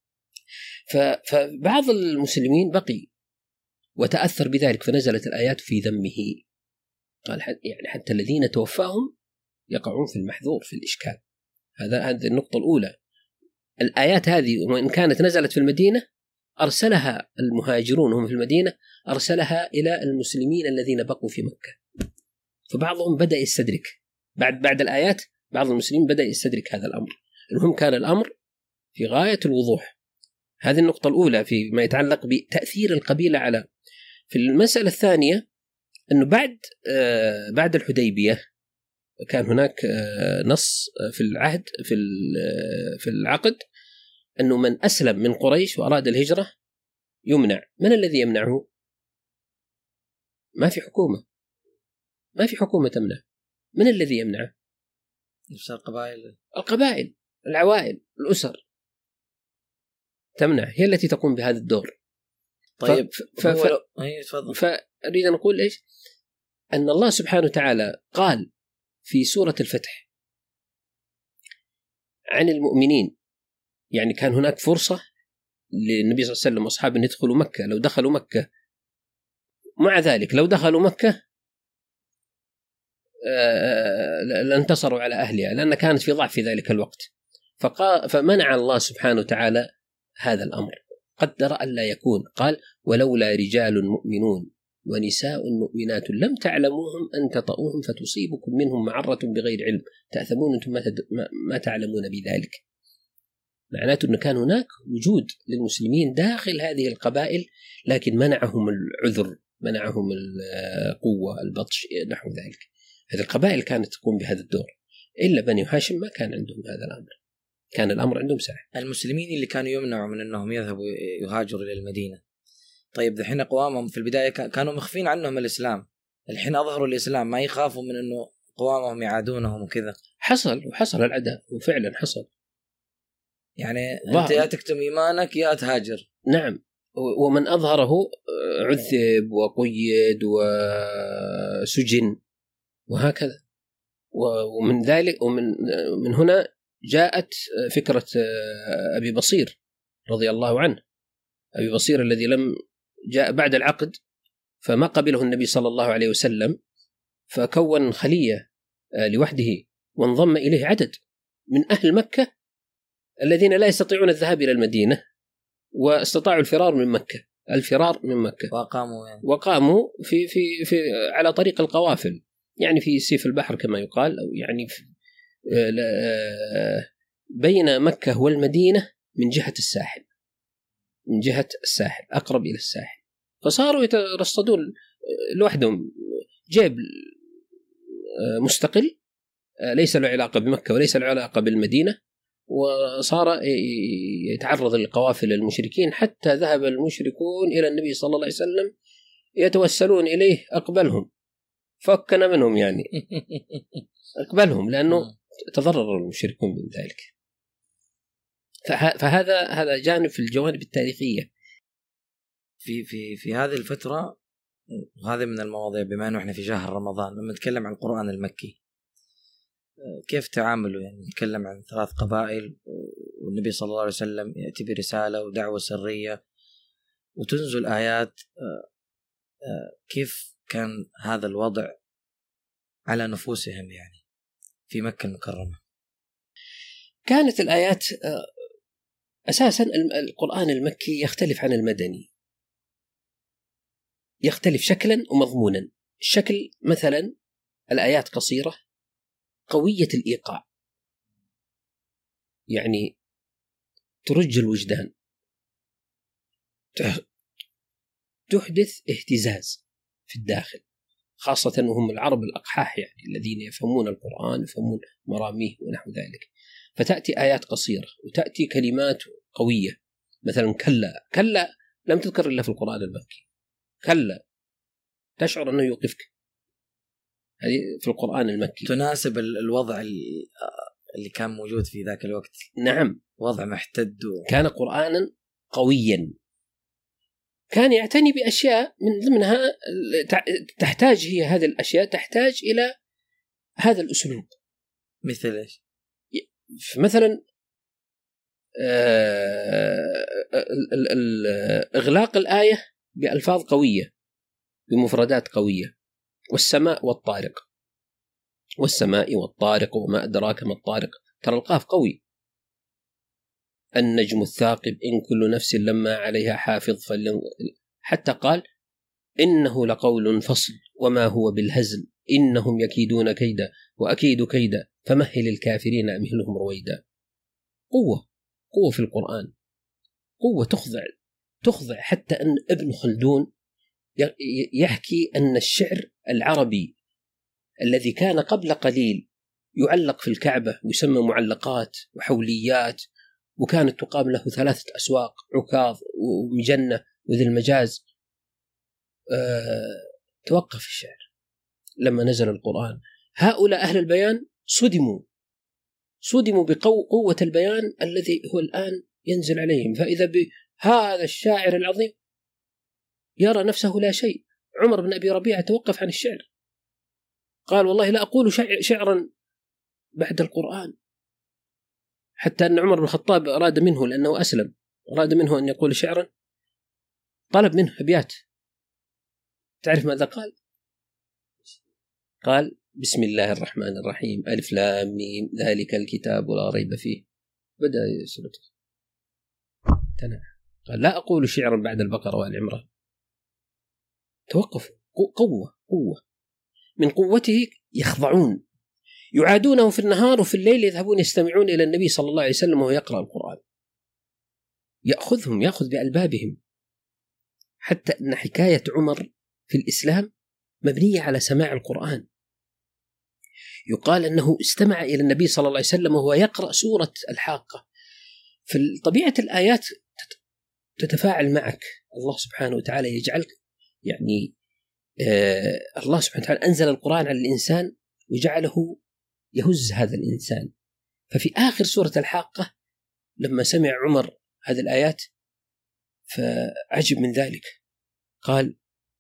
فبعض المسلمين بقي وتأثر بذلك فنزلت الآيات في ذمه. قال يعني حتى الذين توفاهم يقعون في المحذور في الإشكال. هذا هذه النقطة الأولى. الآيات هذه وإن كانت نزلت في المدينة أرسلها المهاجرون هم في المدينة، أرسلها إلى المسلمين الذين بقوا في مكة. فبعضهم بدأ يستدرك بعد بعد الآيات، بعض المسلمين بدأ يستدرك هذا الأمر. المهم كان الأمر في غاية الوضوح. هذه النقطة الأولى فيما يتعلق بتأثير القبيلة على. في المسألة الثانية أنه بعد آه بعد الحديبية كان هناك آه نص في العهد في في العقد أنه من أسلم من قريش وأراد الهجرة يمنع. من الذي يمنعه؟ ما في حكومة، ما في حكومة تمنع. من الذي يمنع؟ نفس القبائل القبائل، العوائل، الأسر تمنع، هي التي تقوم بهذا الدور. طيب ف... ف... ف... فأريد أن أقول إيش؟ أن الله سبحانه وتعالى قال في سورة الفتح عن المؤمنين، يعني كان هناك فرصة للنبي صلى الله عليه وسلم وأصحابه أن يدخلوا مكة، لو دخلوا مكة، مع ذلك لو دخلوا مكة لانتصروا على أهلها، لأن كانت في ضعف في ذلك الوقت. فقال فمنع الله سبحانه وتعالى هذا الأمر، قدر ألا يكون. قال ولولا رجال مؤمنون ونساء مؤمنات لم تعلموهم أن تطؤوهم فتصيبكم منهم معرة بغير علم تأثمون أنتم ما تعلمون بذلك. معناته أنه كان هناك وجود للمسلمين داخل هذه القبائل، لكن منعهم العذر، منعهم القوة، البطش، نحو ذلك. هذه القبائل كانت تقوم بهذا الدور، إلا بني هاشم ما كان عندهم هذا الأمر، كان الأمر عندهم سهل. المسلمين اللي كانوا يمنعوا من أنهم يذهبوا يهاجروا إلى المدينة، طيب الحين قوامهم في البداية كانوا مخفين عنهم الإسلام، الحين أظهروا الإسلام، ما يخافوا من أنه قوامهم يعادونهم وكذا؟ حصل وحصل العداء، وفعلا حصل. يعني أنت يا تكتم إيمانك يا تهاجر. نعم، ومن أظهره عذب وقيد وسجن وهكذا. ومن ذلك ومن من هنا جاءت فكرة أبي بصير رضي الله عنه، أبي بصير الذي لم جاء بعد العقد، فما قبله النبي صلى الله عليه وسلم، فكون خلية لوحده وانضم إليه عدد من أهل مكة الذين لا يستطيعون الذهاب إلى المدينة، واستطاعوا الفرار من مكة، الفرار من مكة، وقاموا يعني. وقاموا في في في على طريق القوافل، يعني في سيف البحر كما يقال، أو يعني في بين مكة والمدينة من جهة الساحل، من جهة الساحل أقرب إلى الساحل. فصاروا يترصدون لوحدهم، جيب مستقل ليس له علاقة بمكة وليس له علاقة بالمدينة، وصار يتعرض للقوافل المشركين، حتى ذهب المشركون إلى النبي صلى الله عليه وسلم يتوسلون إليه أقبلهم، فكنا منهم يعني أقبلهم، لأنه تضرر المشركون من ذلك. فهذا هذا جانب في الجوانب التاريخية. في في في هذه الفترة، وهذا من المواضيع بما أنه إحنا في شهر رمضان، لما نتكلم عن القرآن المكي كيف تعاملوا؟ يعني نتكلم عن ثلاث قبائل، والنبي صلى الله عليه وسلم يأتي برسالة ودعوة سرية وتنزل آيات، كيف كان هذا الوضع على نفوسهم يعني في مكة المكرمة؟ كانت الآيات أساسا القرآن المكي يختلف عن المدني، يختلف شكلا ومضمونا. الشكل مثلا الآيات قصيرة قوية الإيقاع، يعني ترج الوجدان، تحدث اهتزاز في الداخل، خاصة وهم العرب الأقحاح يعني الذين يفهمون القرآن، يفهمون مراميه ونحو ذلك. فتأتي آيات قصيرة وتأتي كلمات قوية، مثلا كلا، كلا لم تذكر إلا في القرآن المكي، كلا تشعر أنه يوقفك، هذه في القرآن المكي تناسب الوضع اللي كان موجود في ذاك الوقت. نعم، وضع محتد و... كان قرآنا قويا، كان يعتني بأشياء من ضمنها تحتاج، هي هذه الأشياء تحتاج إلى هذا الأسلوب. مثل إيش؟ مثلا إغلاق الآية بألفاظ قوية بمفردات قوية، والسماء والطارق، والسماء والطارق وما أدراك ما الطارق، ترى القاف قوي، النجم الثاقب إن كل نفس لما عليها حافظ فلن... حتى قال إنه لقول فصل وما هو بالهزل إنهم يكيدون كيدا وأكيد كيدا فمهل الكافرين أمهلهم رويدا. قوة، قوة في القرآن، قوة تخضع تخضع حتى أن ابن خلدون يحكي أن الشعر العربي الذي كان قبل قليل يعلق في الكعبة ويسمى معلقات وحوليات، وكانت تقام له ثلاثة أسواق، عكاظ ومجنة وذي المجاز، توقف الشعر لما نزل القرآن. هؤلاء أهل البيان صدموا صدموا بقوة البيان الذي هو الآن ينزل عليهم، فإذا بهذا الشاعر العظيم يرى نفسه لا شيء. عمر بن أبي ربيعة توقف عن الشعر، قال والله لا أقول شعرا بعد القرآن، حتى أن عمر بن الخطاب أراد منه لأنه أسلم، أراد منه أن يقول شعرا، طلب منه أبيات. تعرف ماذا قال؟ قال بسم الله الرحمن الرحيم ألف لام ميم ذلك الكتاب لا ريب فيه، بدأ سورته تنع، قال لا أقول شعرا بعد البقرة والعمران. توقفوا، قوة قوة من قوته يخضعون، يعادونه في النهار وفي الليل يذهبون يستمعون إلى النبي صلى الله عليه وسلم وهو يقرأ القرآن، يأخذهم يأخذ بألبابهم. حتى أن حكاية عمر في الإسلام مبنية على سماع القرآن. يقال أنه استمع إلى النبي صلى الله عليه وسلم وهو يقرأ سورة الحاقة، في طبيعة الآيات تتفاعل معك، الله سبحانه وتعالى يجعلك يعني آه الله سبحانه وتعالى أنزل القرآن على الإنسان وجعله يهز هذا الإنسان. ففي آخر سورة الحاقة لما سمع عمر هذه الآيات فعجب من ذلك، قال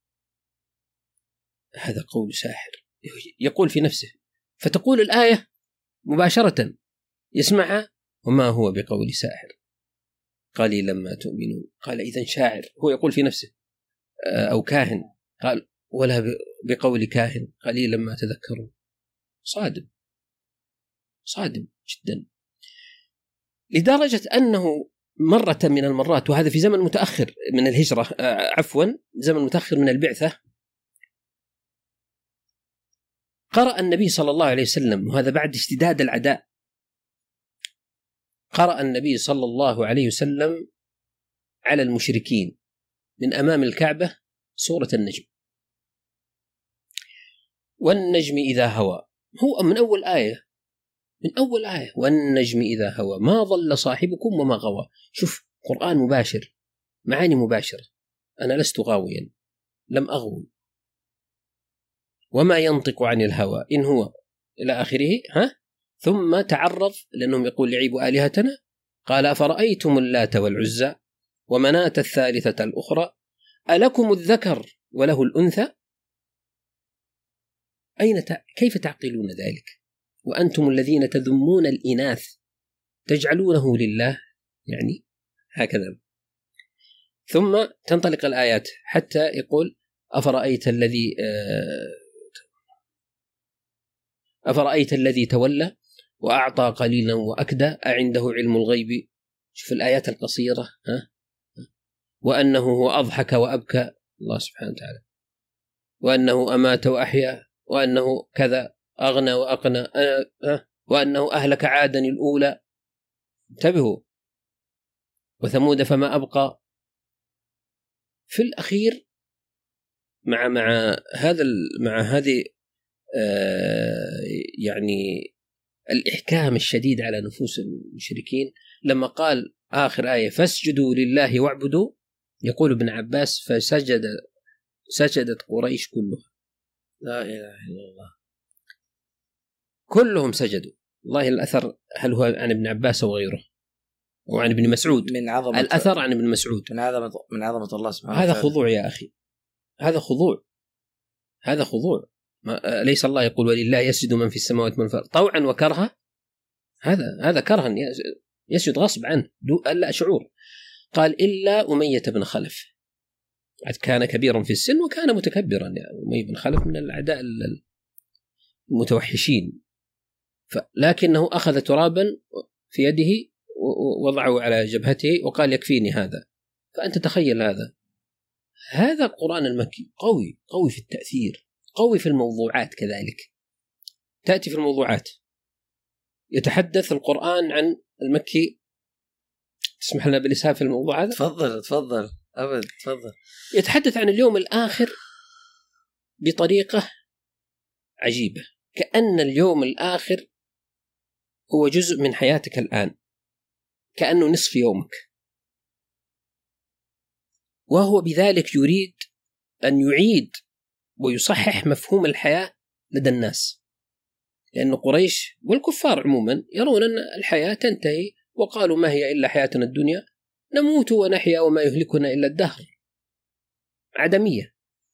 هذا قول ساحر، يقول في نفسه، فتقول الآية مباشرة يسمعها وما هو بقول ساحر قليلا ما تؤمنون، قال إذن شاعر، هو يقول في نفسه، أو كاهن، قال ولا بقول كاهن قليلا ما تذكرون. صادم صادم جدا، لدرجة أنه مرة من المرات، وهذا في زمن متأخر من الهجرة، عفوا زمن متأخر من البعثة، قرأ النبي صلى الله عليه وسلم، وهذا بعد اشتداد العداء، قرأ النبي صلى الله عليه وسلم على المشركين من أمام الكعبة سورة النجم، والنجم إذا هوى، هو من أول آية، من أول آية والنجم إذا هوى ما ضل صاحبكم وما غوى. شوف قرآن مباشر، معاني مباشرة، أنا لست غاويا لم أغوي، وما ينطق عن الهوى إن هو إلى آخره. ها ثم تعرف لأنهم يقول لعيب آلهتنا، قال أفرأيتم اللات والعزى ومناة الثالثة الأخرى ألكم الذكر وله الأنثى أين ت... كيف تعقلون ذلك وأنتم الذين تذمون الإناث تجعلونه لله، يعني هكذا. ثم تنطلق الآيات حتى يقول أفرأيت الذي أفرأيت الذي تولى وأعطى قليلا وأكدى أعنده علم الغيب. شوف الآيات القصيرة، ها وأنه هو أضحك وأبكى، الله سبحانه وتعالى، وأنه أمات وأحيا، وأنه كذا أغنى وأقنى، أه؟ وأنه أهلك عادا الأولى، انتبهوا، وثمود فما أبقى. في الأخير مع مع هذا مع هذه آه يعني الإحكام الشديد على نفوس المشركين، لما قال آخر آية فاسجدوا لله واعبدوا، يقول ابن عباس فسجد سجدت قريش كلها، لا إله إلا الله، كلهم سجدوا. والله الأثر هل هو عن ابن عباس أو غيره وعن ابن مسعود؟ من عظمة الأثر عن ابن مسعود، من عظمة من عظمة الله سبحانه هذا وتعالى. خضوع يا أخي، هذا خضوع، هذا خضوع. ليس الله يقول ولله يسجد من في السماوات من في الأرض طوعا وكرها، هذا هذا كرها يسجد غصب عنه لا شعور. قال إلا أمية بن خلف، كان كبيرا في السن وكان متكبرا، يعني أمية بن خلف من الأعداء المتوحشين، لكنه أخذ ترابا في يده ووضعه على جبهته وقال يكفيني هذا. فأنت تخيل هذا هذا القرآن المكي قوي قوي في التأثير، قوي في الموضوعات، كذلك تأتي في الموضوعات. يتحدث القرآن عن المكي، تسمح لنا بالإسهاب في الموضوع هذا؟ تفضل تفضل أبد تفضل. يتحدث عن اليوم الآخر بطريقة عجيبة، كأن اليوم الآخر هو جزء من حياتك الآن، كأنه نصف يومك، وهو بذلك يريد أن يعيد ويصحح مفهوم الحياة لدى الناس، لأن قريش والكفار عموما يرون أن الحياة تنتهي، وقالوا ما هي إلا حياتنا الدنيا نموت ونحيا وما يهلكنا إلا الدهر، عدمية.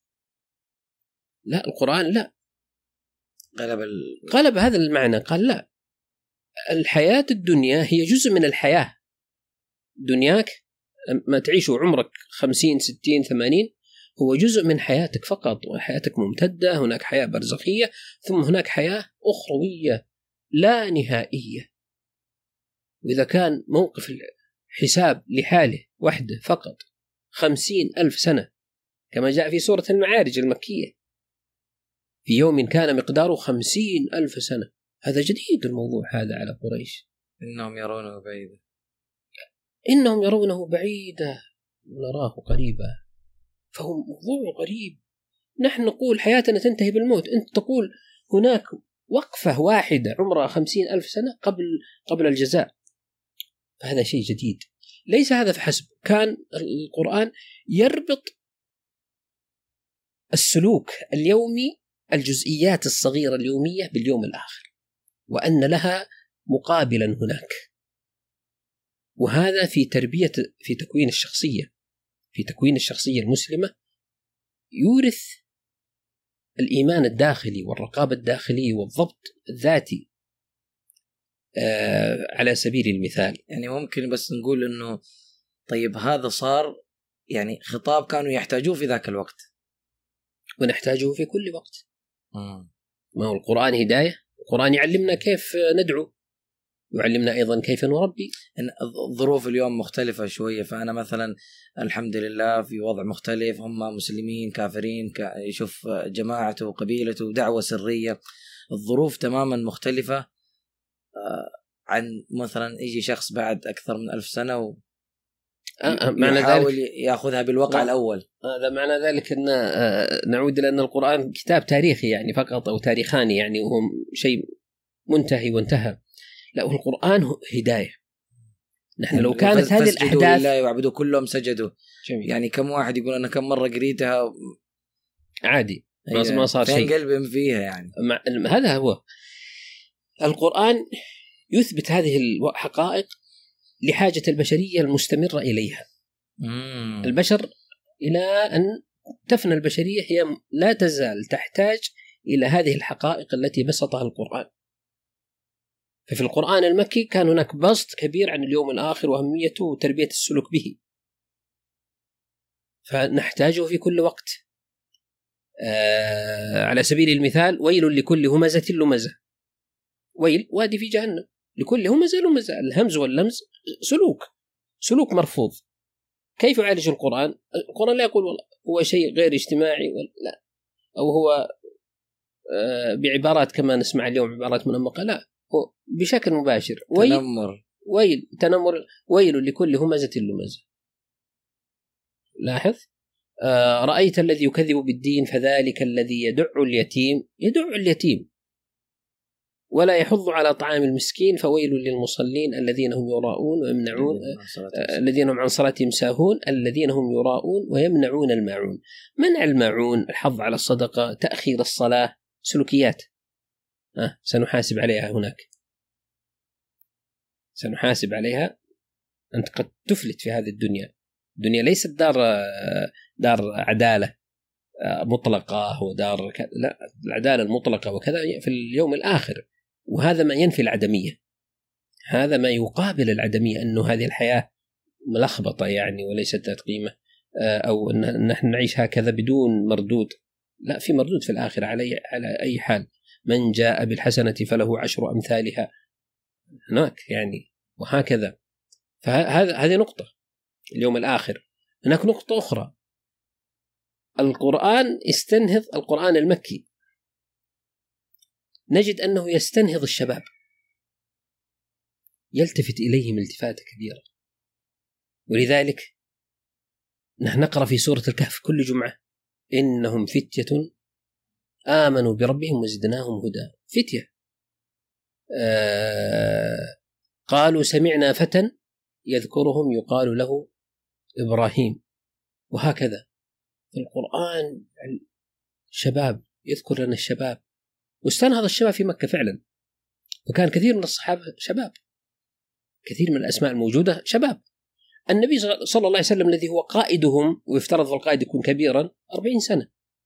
لا، القرآن لا، قلب ال... قلب هذا المعنى، قال لا، الحياة الدنيا هي جزء من الحياة. دنياك ما تعيش عمرك خمسين ستين ثمانين هو جزء من حياتك فقط، وحياتك ممتدة، هناك حياة برزخية، ثم هناك حياة أخروية لا نهائية. وإذا كان موقف الحساب لحاله وحده فقط خمسين ألف سنة كما جاء في سورة المعارج المكية، في يوم كان مقداره خمسين ألف سنة، هذا جديد الموضوع هذا على قريش. إنهم يرونه بعيدا إنهم يرونه بعيدا ونراه قريبا، فهو موضوع غريب. نحن نقول حياتنا تنتهي بالموت، أنت تقول هناك وقفة واحدة عمرها خمسين ألف سنة قبل قبل الجزاء، فهذا شيء جديد. ليس هذا فحسب، كان القرآن يربط السلوك اليومي، الجزئيات الصغيرة اليومية باليوم الآخر، وأن لها مقابلا هناك. وهذا في تربية، في تكوين الشخصية، في تكوين الشخصية المسلمة يورث الإيمان الداخلي والرقابة الداخلية والضبط الذاتي. آه على سبيل المثال، يعني ممكن بس نقول إنه طيب هذا صار يعني خطاب كانوا يحتاجوه في ذاك الوقت ونحتاجه في كل وقت. م. ما هو القرآن هداية، القرآن يعلمنا كيف ندعو، يعلمنا أيضا كيف نربي. إن الظروف اليوم مختلفة شوية، فأنا مثلا الحمد لله في وضع مختلف، هم مسلمين كافرين، يشوف جماعته وقبيلته ودعوة سرية، الظروف تماما مختلفة عن مثلا يجي شخص بعد أكثر من ألف سنة و آه معنى يحاول ذلك يأخذها بالواقع آه الأول. هذا آه معنى ذلك أن آه نعود لأن القرآن كتاب تاريخي يعني فقط، أو تاريخاني يعني، وهو شيء منتهي وانتهى. لا، القرآن هداية. نحن لو كانت هذه الأحداث لله وعبدوا كلهم سجدوا، جميل. يعني كم واحد يقول أنا كم مرة قريتها عادي ما صار شيء، فين قلبهم فيها يعني. هذا هو القرآن، يثبت هذه الحقائق لحاجة البشرية المستمرة إليها. مم. البشر إلى أن تفنى البشرية هي لا تزال تحتاج إلى هذه الحقائق التي بسطها القرآن. ففي القرآن المكي كان هناك بسط كبير عن اليوم الآخر وأهميته وتربية السلوك به، فنحتاجه في كل وقت. آه على سبيل المثال، ويل لكل همزة لمزة. ويل وادي في جهنم، لكل همزة لمزة، الهمز واللمز سلوك سلوك مرفوض. كيف يعالج القرآن؟ القرآن لا يقول والله هو شيء غير اجتماعي، لا، أو هو آه بعبارات كما نسمع اليوم عبارات منمقة، لا، هو بشكل مباشر ويل تنمر ويل تنمر ويل لكل همزة لمزة. لاحظ، آه رأيت الذي يكذب بالدين فذلك الذي يدع اليتيم يدع اليتيم ولا يحض على طعام المسكين فويل للمصلين الذين هم يراءون ويمنعون آه الذين هم عن صلاتهم ساهون الذين هم يراءون ويمنعون الماعون. منع الماعون، الحظ على الصدقة، تأخير الصلاة، سلوكيات آه سنحاسب عليها هناك، سنحاسب عليها. أنت قد تفلت في هذه الدنيا، الدنيا ليست دار دار عدالة مطلقة ودار كذا، لا، العدالة المطلقة وكذا في اليوم الآخر، وهذا ما ينفي العدمية، هذا ما يقابل العدمية، أنه هذه الحياة ملخبطة يعني وليست ذات قيمة، أو أن نحن نعيش هكذا بدون مردود. لا، في مردود في الآخر على على أي حال. من جاء بالحسنة فله عشر أمثالها هناك يعني، وهكذا. فهذا هذه نقطة اليوم الآخر. هناك نقطة أخرى، القرآن استنهض، القرآن المكي نجد أنه يستنهض الشباب، يلتفت إليهم التفاتة كبيرة. ولذلك نحن نقرأ في سورة الكهف كل جمعة إنهم فتية آمنوا بربهم وزدناهم هدى. فتية آه قالوا سمعنا فتى يذكرهم يقال له إبراهيم. وهكذا في القرآن شباب، يذكر لنا الشباب، واستنهض الشباب في مكة فعلا. وكان كثير من الصحابة شباب، كثير من الأسماء الموجودة شباب. النبي صلى الله عليه وسلم الذي هو قائدهم، ويفترض القائد يكون كبيرا، أربعين سنة.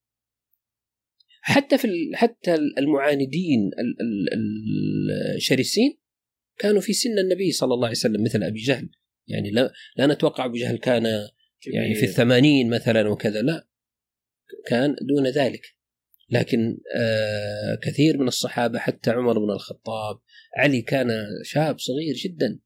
حتى في حتى المعاندين الشرسين كانوا في سن النبي صلى الله عليه وسلم، مثل أبي جهل. يعني لا, لا نتوقع أبو جهل كان يعني في الثمانين مثلا وكذا، لا، كان دون ذلك. لكن آه كثير من الصحابة، حتى عمر بن الخطاب، علي كان شاب صغير جدا،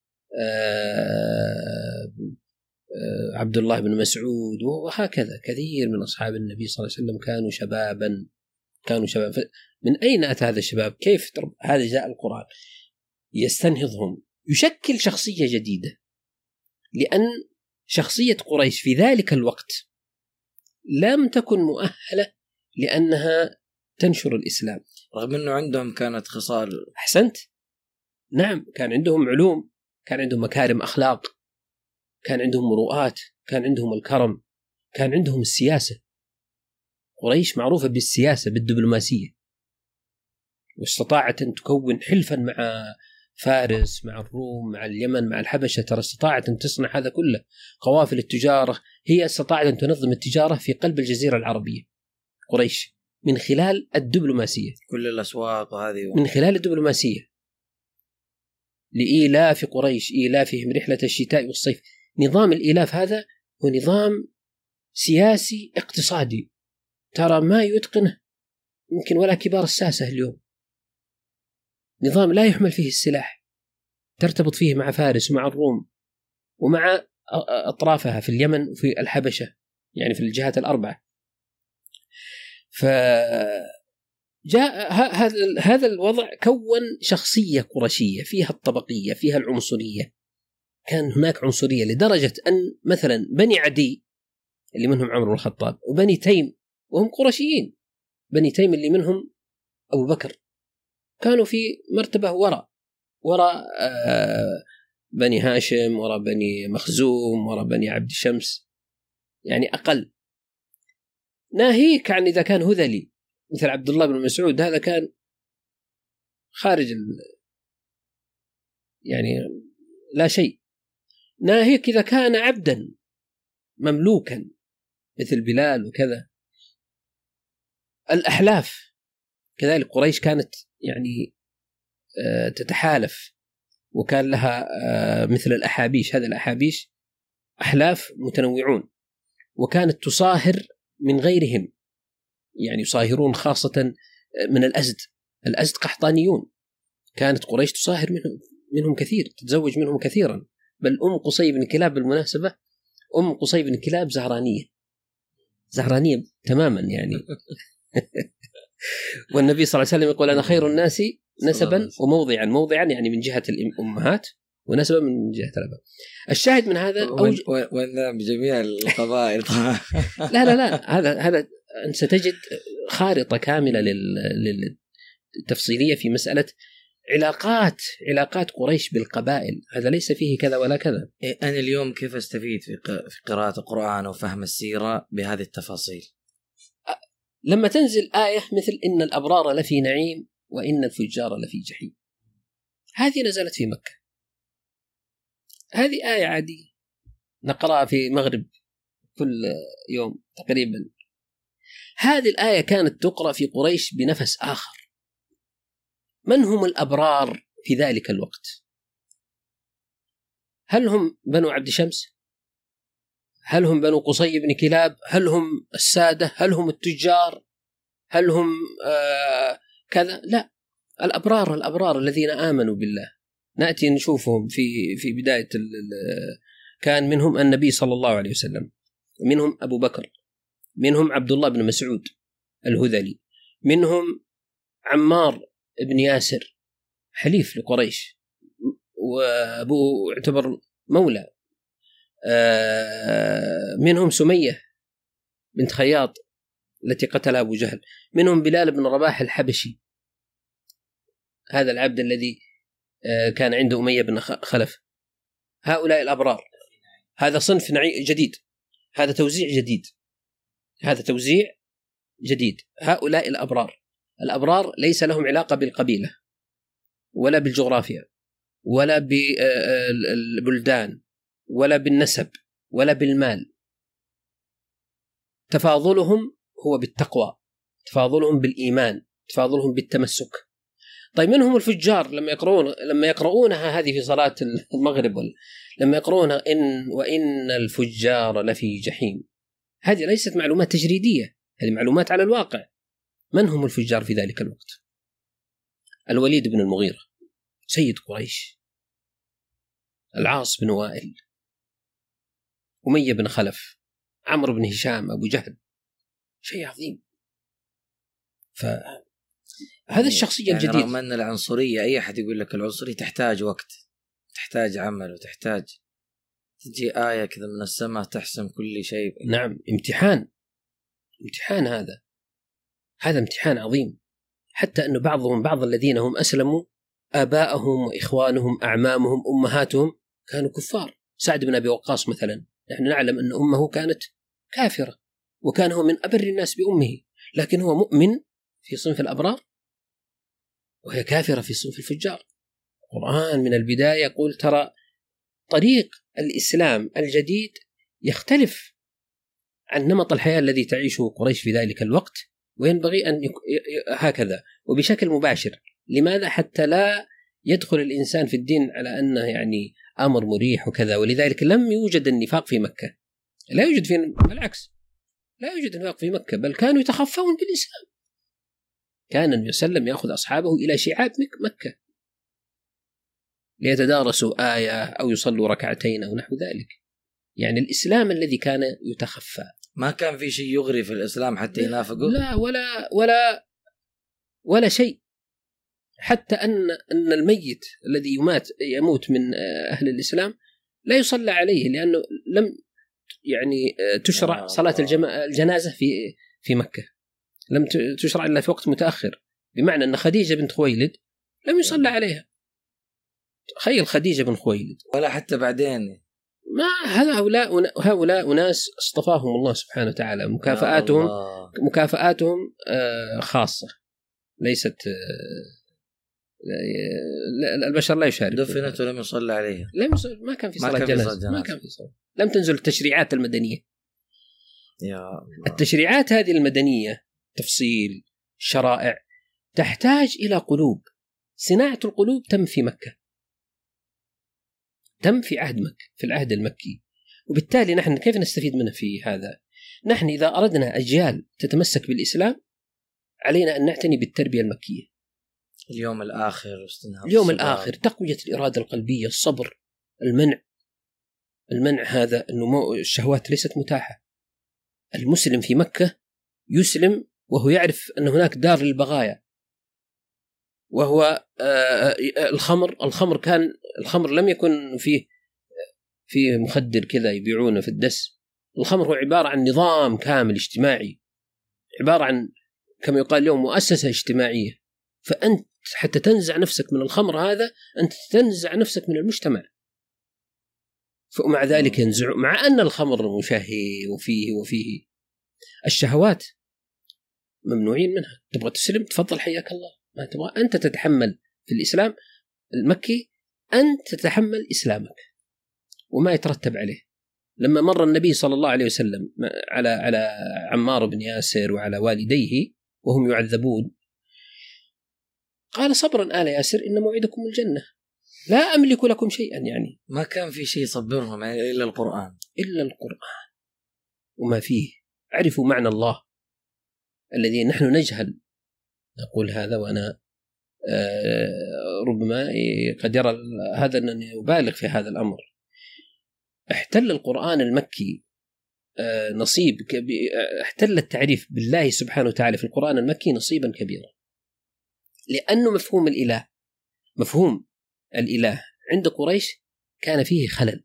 آه آه عبد الله بن مسعود، وهكذا كثير من أصحاب النبي صلى الله عليه وسلم كانوا شبابا كانوا شبابا. من أين أتى هذا الشباب؟ كيف هذا جاء القرآن يستنهضهم، يشكل شخصية جديدة. لأن شخصية قريش في ذلك الوقت لم تكن مؤهلة لأنها تنشر الإسلام، رغم أنه عندهم كانت خصال. أحسنت، نعم، كان عندهم علوم، كان عندهم مكارم أخلاق، كان عندهم مروءات، كان عندهم الكرم، كان عندهم السياسة. قريش معروفة بالسياسة، بالدبلوماسية، واستطاعت أن تكون حلفا مع فارس، مع الروم، مع اليمن، مع الحبشة. ترى استطاعت أن تصنع هذا كله. قوافل التجارة، هي استطاعت أن تنظم التجارة في قلب الجزيرة العربية، قريش، من خلال الدبلوماسية. كل الأسواق وهذه من خلال الدبلوماسية، لإيلاف قريش إيلافهم رحلة الشتاء والصيف. نظام الإيلاف هذا هو نظام سياسي اقتصادي، ترى ما يتقنه يمكن ولا كبار الساسة اليوم. نظام لا يحمل فيه السلاح، ترتبط فيه مع فارس ومع الروم ومع أطرافها في اليمن وفي الحبشة، يعني في الجهات الأربعة. فجاء هذا الوضع كون شخصية قرشية فيها الطبقية، فيها العنصرية. كان هناك عنصرية لدرجة أن مثلا بني عدي اللي منهم عمرو بن الخطاب، وبني تيم وهم قرشيين، بني تيم اللي منهم أبو بكر، كانوا في مرتبة وراء وراء بني هاشم، وراء بني مخزوم، وراء بني عبد الشمس، يعني أقل. ناهيك عن إذا كان هذلي مثل عبد الله بن مسعود، هذا كان خارج ال... يعني لا شيء. ناهيك إذا كان عبدا مملوكا مثل بلال وكذا. الأحلاف كذلك، قريش كانت يعني تتحالف، وكان لها مثل الأحابيش. هذا الأحابيش أحلاف متنوعون، وكانت تصاهر من غيرهم، يعني يصاهرون خاصة من الأزد. الأزد قحطانيون، كانت قريش تصاهر منهم منهم كثير، تتزوج منهم كثيرا. بل أم قصي بن كلاب بالمناسبة، أم قصي بن كلاب زهرانية زهرانية تماما يعني. والنبي صلى الله عليه وسلم يقول: أنا خير الناس نسبا وموضعا. موضعا يعني من جهة الأمهات، ونسبا من جهة الأباء. الشاهد من هذا أوج... وأن بجميع القبائل. لا لا لا هذا هذا أنت ستجد خارطة كاملة للتفصيلية في مسألة علاقات علاقات قريش بالقبائل. هذا ليس فيه كذا ولا كذا. أنا اليوم كيف أستفيد في قراءة القرآن وفهم السيرة بهذه التفاصيل؟ لما تنزل آية مثل إن الأبرار لفي نعيم وإن الفجار لفي جحيم، هذه نزلت في مكة. هذه آية عادية نقرأها في مغرب كل يوم تقريبا. هذه الآية كانت تقرأ في قريش بنفس آخر. من هم الأبرار في ذلك الوقت؟ هل هم بنو عبد شمس؟ هل هم بنو قصي بن كلاب؟ هل هم السادة؟ هل هم التجار؟ هل هم آه كذا؟ لا، الأبرار الأبرار الذين آمنوا بالله. نأتي نشوفهم في في بداية كان منهم النبي صلى الله عليه وسلم، منهم أبو بكر، منهم عبد الله بن مسعود الهذلي، منهم عمار بن ياسر حليف لقريش وأبوه يعتبر مولى، منهم سمية بنت خياط التي قتل أبو جهل، منهم بلال بن رباح الحبشي، هذا العبد الذي كان عنده أمية بن خلف. هؤلاء الأبرار. هذا صنف جديد، هذا توزيع جديد، هذا توزيع جديد. هؤلاء الأبرار الأبرار ليس لهم علاقة بالقبيلة ولا بالجغرافيا ولا بالبلدان ولا بالنسب ولا بالمال. تفاضلهم هو بالتقوى، تفاضلهم بالإيمان، تفاضلهم بالتمسك. طيب منهم الفجار لما يقرؤون لما يقرؤونها هذه في صلاة المغرب، لما يقرؤونها إن وإن الفجار لفي جحيم، هذه ليست معلومات تجريدية، هذه معلومات على الواقع. من هم الفجار في ذلك الوقت؟ الوليد بن المغيرة سيد قريش، العاص بن وائل، أمية بن خلف، عمرو بن هشام، أبو جهل، شيء عظيم. فهذا الشخصية يعني الجديد. رغم أن العنصرية، أي أحد يقول لك العنصرية تحتاج وقت، تحتاج عمل، وتحتاج تجي آية كذا من السماء تحسم كل شيء. نعم، امتحان، امتحان هذا هذا امتحان عظيم. حتى أن بعضهم بعض الذين هم أسلموا آباءهم وإخوانهم أعمامهم أمهاتهم كانوا كفار. سعد بن أبي وقاص مثلا، نحن نعلم أن أمه كانت كافرة وكان هو من أبر الناس بأمه، لكن هو مؤمن في صنف الأبرار وهي كافرة في صنف الفجار. القرآن من البداية يقول ترى طريق الإسلام الجديد يختلف عن نمط الحياة الذي تعيشه قريش في ذلك الوقت، وينبغي أن يك... هكذا وبشكل مباشر. لماذا؟ حتى لا يدخل الإنسان في الدين على أنه يعني أمر مريح وكذا. ولذلك لم يوجد النفاق في مكة، لا يوجد في، بالعكس لا يوجد النفاق في مكة، بل كانوا يتخفون بالإسلام. كان النبي صلى الله عليه وسلم يأخذ أصحابه إلى شعاب مكة ليتدارسوا آية أو يصلوا ركعتين أو نحو ذلك. يعني الإسلام الذي كان يتخفى، ما كان في شيء يغري في الإسلام حتى ينافقوا، لا ولا ولا ولا شيء. حتى أن أن الميت الذي يمات يموت من أهل الإسلام لا يصلى عليه، لأنه لم يعني تشرع صلاة الجنازة في في مكة، لم تشرع إلا في وقت متأخر. بمعنى أن خديجة بنت خويلد لم يصلى عليها. تخيل خديجة بن خويلد، ولا حتى بعدين. ما هذا هؤلاء هؤلاء أناس اصطفاهم الله سبحانه وتعالى، مكافآتهم مكافآتهم خاصة، ليست البشر لا يشارك. دفنت ولم يصلى عليها، لم يصل... ما كان في صلاة جنازة، ما كان في صلاة، لم تنزل التشريعات المدنية. يا الله. التشريعات هذه المدنية تفصيل شرائع تحتاج إلى قلوب. صناعة القلوب تم في مكة، تم في عهد مكة، في العهد المكي. وبالتالي نحن كيف نستفيد منه في هذا؟ نحن إذا أردنا أجيال تتمسك بالإسلام علينا أن نعتني بالتربية المكية. اليوم الآخر، اليوم الآخر، تقوية الإرادة القلبية، الصبر، المنع المنع هذا النمو، الشهوات ليست متاحة. المسلم في مكة يسلم وهو يعرف أن هناك دار للبغايا، وهو الخمر. الخمر كان الخمر لم يكن فيه فيه مخدر كذا يبيعونه في الدس. الخمر هو عبارة عن نظام كامل اجتماعي، عبارة عن كما يقال اليوم مؤسسة اجتماعية. فأنت حتى تنزع نفسك من الخمر هذا أنت تنزع نفسك من المجتمع. فمع ذلك ينزع، مع أن الخمر مشهي وفيه وفيه الشهوات ممنوعين منها. تبغى تسلم تفضل حياك الله، ما تبغى أنت تتحمل في الإسلام المكي، أنت تتحمل إسلامك وما يترتب عليه. لما مر النبي صلى الله عليه وسلم على على عمار بن ياسر وعلى والديه وهم يعذبون، قال صبرا آل ياسر إن موعدكم الجنة لا أملك لكم شيئا. يعني ما كان في شيء يصبرهم إلا القرآن، إلا القرآن وما فيه. عرفوا معنى الله الذي نحن نجهل. نقول هذا وأنا ربما قد يرى هذا أنني أبالغ في هذا الأمر. احتل القرآن المكي نصيب، احتل التعريف بالله سبحانه وتعالى في القرآن المكي نصيبا كبيرا، لأنه مفهوم الإله مفهوم الإله عند قريش كان فيه خلل.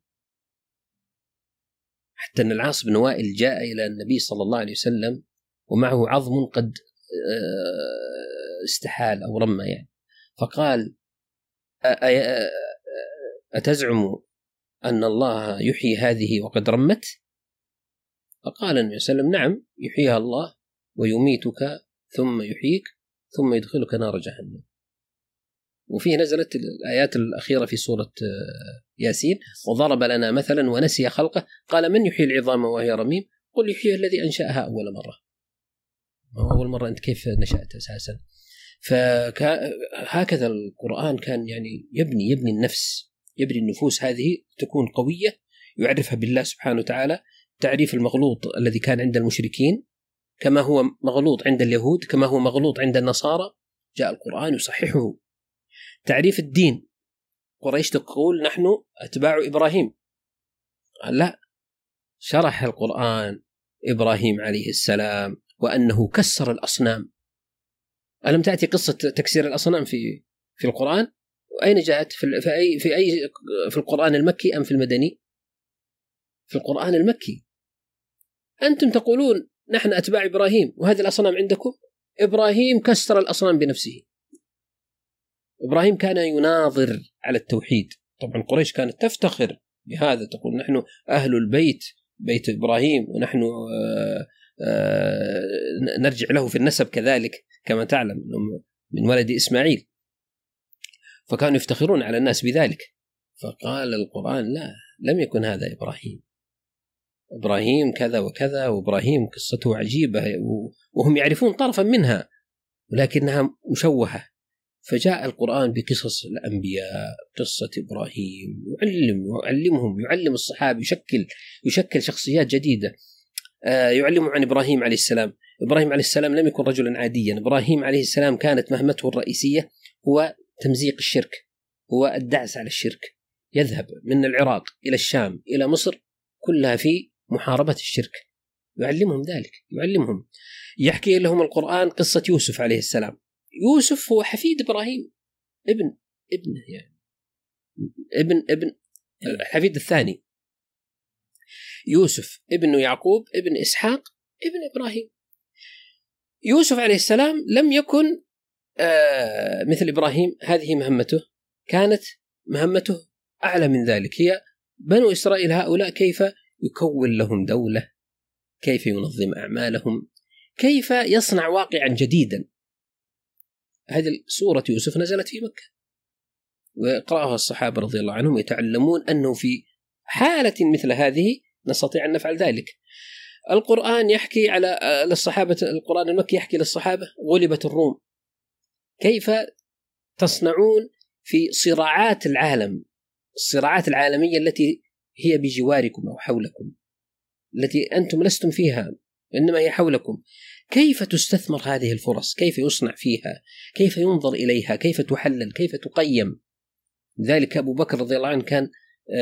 حتى أن العاص بن وائل جاء إلى النبي صلى الله عليه وسلم ومعه عظم قد استحال أو رمى يعني، فقال أتزعم أن الله يحيي هذه وقد رمت؟ فقال النبي صلى الله عليه وسلم نعم يحييها الله ويميتك ثم يحييك ثم يدخلك نار جهنم. وفيه نزلت الآيات الأخيرة في سورة ياسين: وضرب لنا مثلا ونسي خلقه قال من يحيي العظام وهي رميم قل يحييها الذي أنشأها أول مرة. أول مرة أنت كيف نشأت أساسا؟ فهكذا القرآن كان يعني يبني يبني النفس، يبني النفوس هذه تكون قوية، يعرفها بالله سبحانه وتعالى. تعريف المغلوط الذي كان عند المشركين كما هو مغلوط عند اليهود كما هو مغلوط عند النصارى، جاء القرآن يصححه. تعريف الدين، قريش تقول نحن أتباع إبراهيم، لا، شرح القرآن إبراهيم عليه السلام وأنه كسر الأصنام. ألم تأتي قصة تكسير الأصنام في في القرآن؟ أين جاءت؟ في في أي في أي في القرآن المكي أم في المدني؟ في القرآن المكي. أنتم تقولون نحن أتباع إبراهيم وهذه الأصنام عندكم. إبراهيم كسر الأصنام بنفسه. إبراهيم كان يناظر على التوحيد. طبعا قريش كانت تفتخر بهذا، تقول نحن أهل البيت، بيت إبراهيم، ونحن آآ آآ نرجع له في النسب كذلك كما تعلم من ولد إسماعيل، فكانوا يفتخرون على الناس بذلك. فقال القرآن لا، لم يكن هذا إبراهيم. إبراهيم كذا وكذا، وإبراهيم قصته عجيبة وهم يعرفون طرفا منها ولكنها مشوهة. فجاء القرآن بقصص الأنبياء، قصة إبراهيم، يعلم يعلمهم يعلم الصحابة، يشكل يشكل شخصيات جديدة. آه يعلمهم عن إبراهيم عليه السلام. إبراهيم عليه السلام لم يكن رجلا عاديا. إبراهيم عليه السلام كانت مهمته الرئيسية هو تمزيق الشرك، هو الدعس على الشرك. يذهب من العراق إلى الشام إلى مصر كلها في محاربة الشرك، يعلمهم ذلك، يعلمهم. يحكي لهم القرآن قصة يوسف عليه السلام. يوسف هو حفيد إبراهيم، ابن ابنه يعني ابن ابن الحفيد الثاني. يوسف ابن يعقوب ابن إسحاق ابن إبراهيم. يوسف عليه السلام لم يكن آه مثل إبراهيم، هذه مهمته، كانت مهمته أعلى من ذلك. هي بنو إسرائيل هؤلاء كيف يكون لهم دولة، كيف ينظم أعمالهم، كيف يصنع واقعا جديدا. هذه سورة يوسف نزلت في مكة وقرأها الصحابة رضي الله عنهم، يتعلمون أنه في حالة مثل هذه نستطيع أن نفعل ذلك. القرآن يحكي على للصحابة، القرآن المكي يحكي للصحابة غلبت الروم، كيف تصنعون في صراعات العالم، الصراعات العالمية التي هي بجواركم أو حولكم، التي أنتم لستم فيها إنما هي حولكم، كيف تستثمر هذه الفرص، كيف يصنع فيها، كيف ينظر إليها، كيف تحلل، كيف تقيم. ذلك أبو بكر رضي الله عنه كان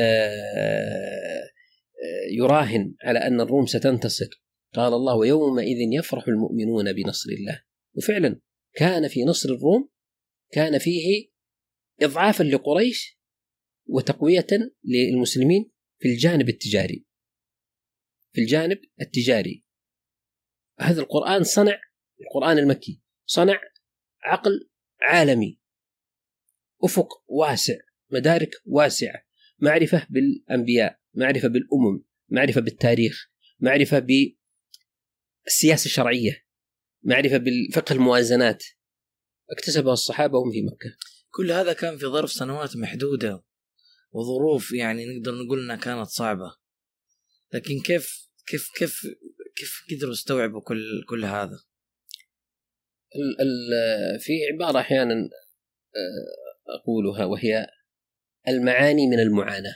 يراهن على أن الروم ستنتصر. قال الله ويومئذ يفرح المؤمنون بنصر الله. وفعلا كان في نصر الروم كان فيه إضعافا لقريش وتقوية للمسلمين في الجانب التجاري. في الجانب التجاري هذا القرآن صنع، القرآن المكي صنع عقل عالمي، أفق واسع، مدارك واسعة، معرفة بالأنبياء، معرفة بالأمم، معرفة بالتاريخ، معرفة بالسياسة الشرعية، معرفة بالفقه الموازنات، اكتسبها الصحابة وهم في مكة. كل هذا كان في ظرف سنوات محدودة وظروف يعني نقدر نقول أنها كانت صعبة، لكن كيف كيف كيف كيف قدروا يستوعبوا كل كل هذا؟ ال ال في عبارة أحيانا أقولها وهي المعاني من المعاناة.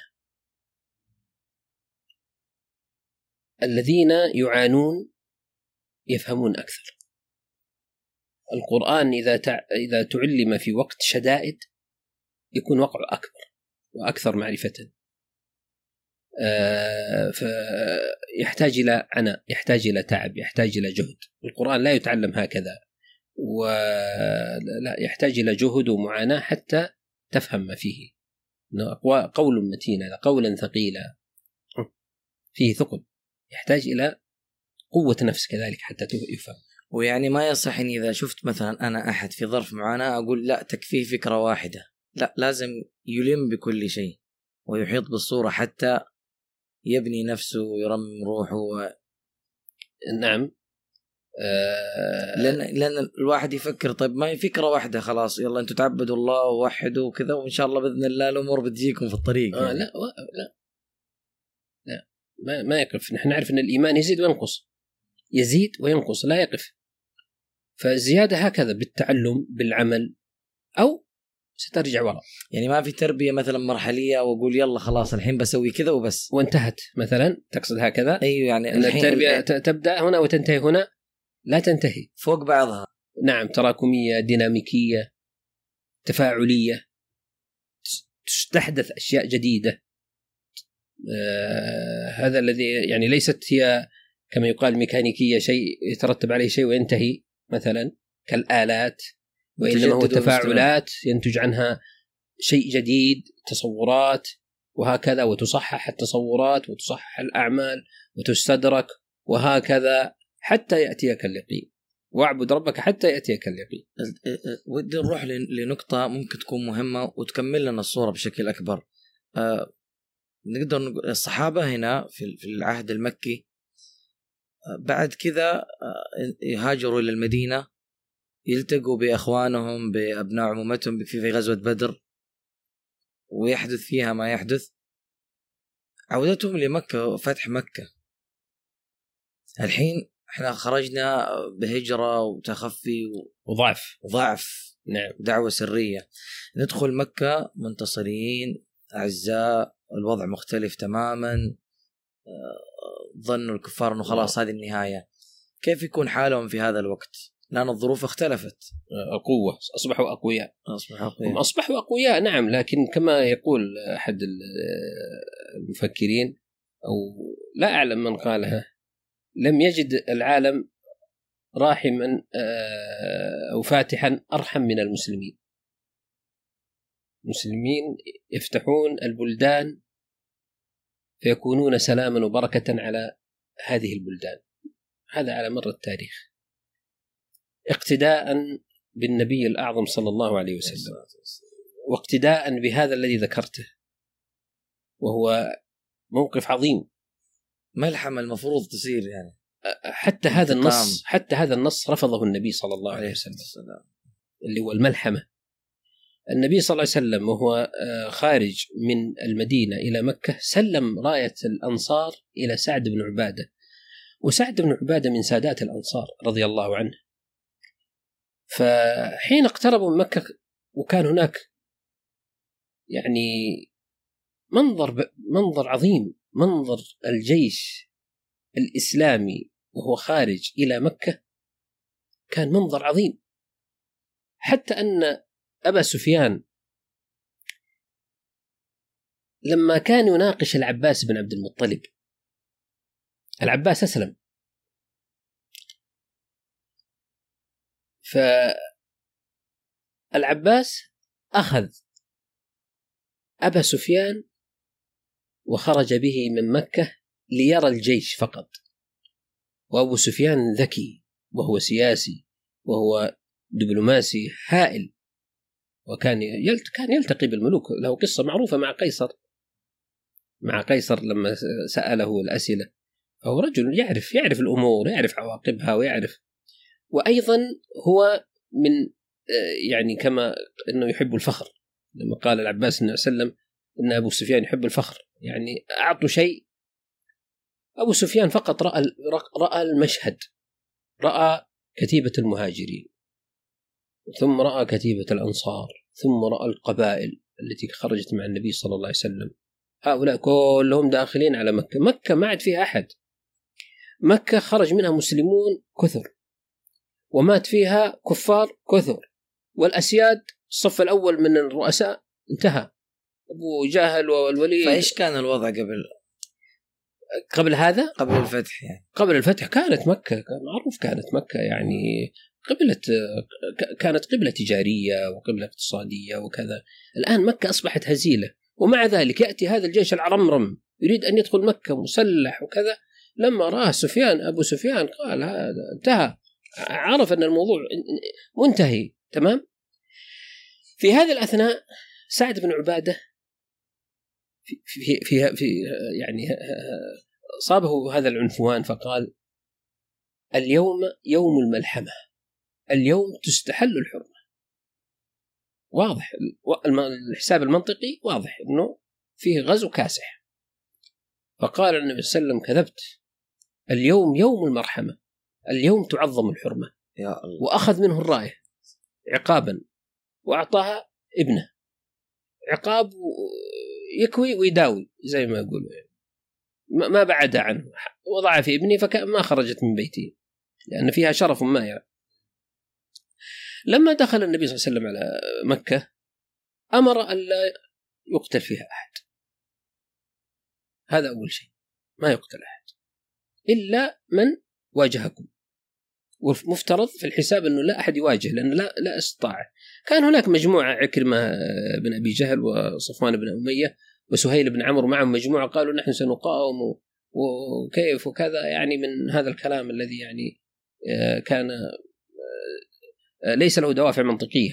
الذين يعانون يفهمون أكثر. القرآن إذا تع... إذا تعلم في وقت شدائد يكون وقعه أكبر وأكثر معرفة. آه فيحتاج إلى عناء، يحتاج إلى تعب، يحتاج إلى جهد. القرآن لا يتعلم هكذا، ولا يحتاج إلى جهد ومعاناة حتى تفهم ما فيه. قول متين قولا ثقيلا فيه ثقل، يحتاج إلى قوة نفس كذلك حتى يفهم. ويعني ما يصح إن إذا شفت مثلا أنا أحد في ظرف معاناة أقول لا تكفيه فكرة واحدة، لا، لازم يلم بكل شيء ويحيط بالصورة حتى يبني نفسه ويرمم روحه و... نعم. آه لأن لأن الواحد يفكر طيب ما هي فكرة واحدة خلاص يلا أنتوا تعبدوا الله ووحدوا وكذا وإن شاء الله بإذن الله الأمور بتجيكم في الطريق. آه يعني. لا لا لا ما ما يقف. نحن نعرف أن الإيمان يزيد وينقص، يزيد وينقص لا يقف. فالزيادة هكذا بالتعلم بالعمل أو سترجع وراء. يعني ما في تربية مثلا مرحلية وأقول يلا خلاص الحين بسوي كذا وبس وانتهت مثلا، تقصد هكذا؟ أيوة يعني أن التربية تبدأ هنا وتنتهي هنا، لا تنتهي، فوق بعضها. نعم، تراكمية ديناميكية تفاعلية، تستحدث أشياء جديدة. آه هذا الذي يعني ليست هي كما يقال ميكانيكية، شيء يترتب عليه شيء وينتهي مثلا كالآلات، وإنما هو تفاعلات ينتج عنها شيء جديد، تصورات وهكذا، وتصحح التصورات وتصحح الأعمال وتستدرك وهكذا حتى يأتيك اليقين. واعبد ربك حتى يأتيك اليقين. ودي نروح لنقطة ممكن تكون مهمة وتكمل لنا الصورة بشكل أكبر. أه نقدر نقول الصحابة هنا في العهد المكي بعد كذا يهاجروا إلى المدينة، يلتقوا بأخوانهم بأبناء عمومتهم في غزوة بدر، ويحدث فيها ما يحدث. عودتهم لمكة وفتح مكة. الحين احنا خرجنا بهجرة وتخفي وضعف وضعف نعم، دعوة سرية، ندخل مكة منتصرين أعزاء، الوضع مختلف تماما، ظنوا الكفار أنه خلاص هذه النهاية. كيف يكون حالهم في هذا الوقت؟ لأن الظروف اختلفت، القوة أصبحوا أقوياء أصبحوا أقوياء أصبحوا أقوياء نعم. لكن كما يقول أحد المفكرين أو لا أعلم من قالها، لم يجد العالم راحما أو فاتحا أرحم من المسلمين. المسلمين يفتحون البلدان فيكونون سلاما وبركة على هذه البلدان. هذا على مر التاريخ، اقتداء بالنبي الأعظم صلى الله عليه وسلم، واقتداء بهذا الذي ذكرته، وهو موقف عظيم. ملحمة المفروض تصير يعني. حتى هذا النص حتى هذا النص رفضه النبي صلى الله عليه وسلم، اللي هو الملحمة. النبي صلى الله عليه وسلم وهو خارج من المدينة إلى مكة سلم راية الأنصار إلى سعد بن عبادة، وسعد بن عبادة من سادات الأنصار رضي الله عنه. فحين اقتربوا من مكة وكان هناك يعني منظر منظر عظيم، منظر الجيش الإسلامي وهو خارج إلى مكة كان منظر عظيم، حتى أن أبا سفيان لما كان يناقش العباس بن عبد المطلب، العباس أسلم، فالعباس أخذ أبا سفيان وخرج به من مكة ليرى الجيش فقط. وأبو سفيان ذكي وهو سياسي وهو دبلوماسي هائل، وكان كان يلتقي بالملوك، له قصة معروفة مع قيصر مع قيصر لما سأله الأسئلة. فهو رجل يعرف يعرف الأمور، يعرف عواقبها ويعرف. وأيضا هو من يعني كما أنه يحب الفخر، لما قال العباس صلى الله عليه وسلم إن أبو سفيان يحب الفخر، يعني أعطوا شيء. أبو سفيان فقط رأى رأى المشهد، رأى كتيبة المهاجرين، ثم رأى كتيبة الأنصار، ثم رأى القبائل التي خرجت مع النبي صلى الله عليه وسلم، هؤلاء كلهم داخلين على مكة. مكة ما عاد فيها أحد، مكة خرج منها مسلمون كثر ومات فيها كفار كثر، والأسياد الصف الأول من الرؤساء انتهى، أبو جهل والوليد. فإيش كان الوضع قبل قبل هذا؟ قبل الفتح يعني. قبل الفتح كانت مكة معروف، كانت مكة يعني قبلة، كانت قبلة تجارية وقبلة اقتصادية وكذا. الآن مكة أصبحت هزيلة، ومع ذلك يأتي هذا الجيش العرمرم يريد أن يدخل مكة مسلح وكذا. لما رأى سفيان أبو سفيان قال هذا انتهى، عرف أن الموضوع منتهي تمام. في هذه الأثناء سعد بن عبادة في في في, في يعني صابه هذا العنفوان، فقال اليوم يوم الملحمة، اليوم تستحل الحرمة. واضح الحساب المنطقي، واضح أنه فيه غزو كاسح. فقال النبي صلى الله عليه وسلم كذبت، اليوم يوم المرحمة، اليوم تعظم الحرمة. يا الله. وأخذ منه الراية عقابا وأعطاها ابنه، عقاب يكوي ويداوي زي ما يقولوا يعني. ما بعد عنه، وضع في ابني فما خرجت من بيتي لأن فيها شرف ما يعني. لما دخل النبي صلى الله عليه وسلم على مكة أمر أن لا يقتل فيها أحد، هذا أول شيء، ما يقتل أحد إلا من واجهكم. ومفترض في الحساب أنه لا أحد يواجه لأنه لا, لا استطاع. كان هناك مجموعة، عكرمة بن أبي جهل وصفوان بن أمية وسهيل بن عمرو معهم مجموعة، قالوا نحن سنقاوم وكيف وكذا، يعني من هذا الكلام الذي يعني كان ليس له دوافع منطقية.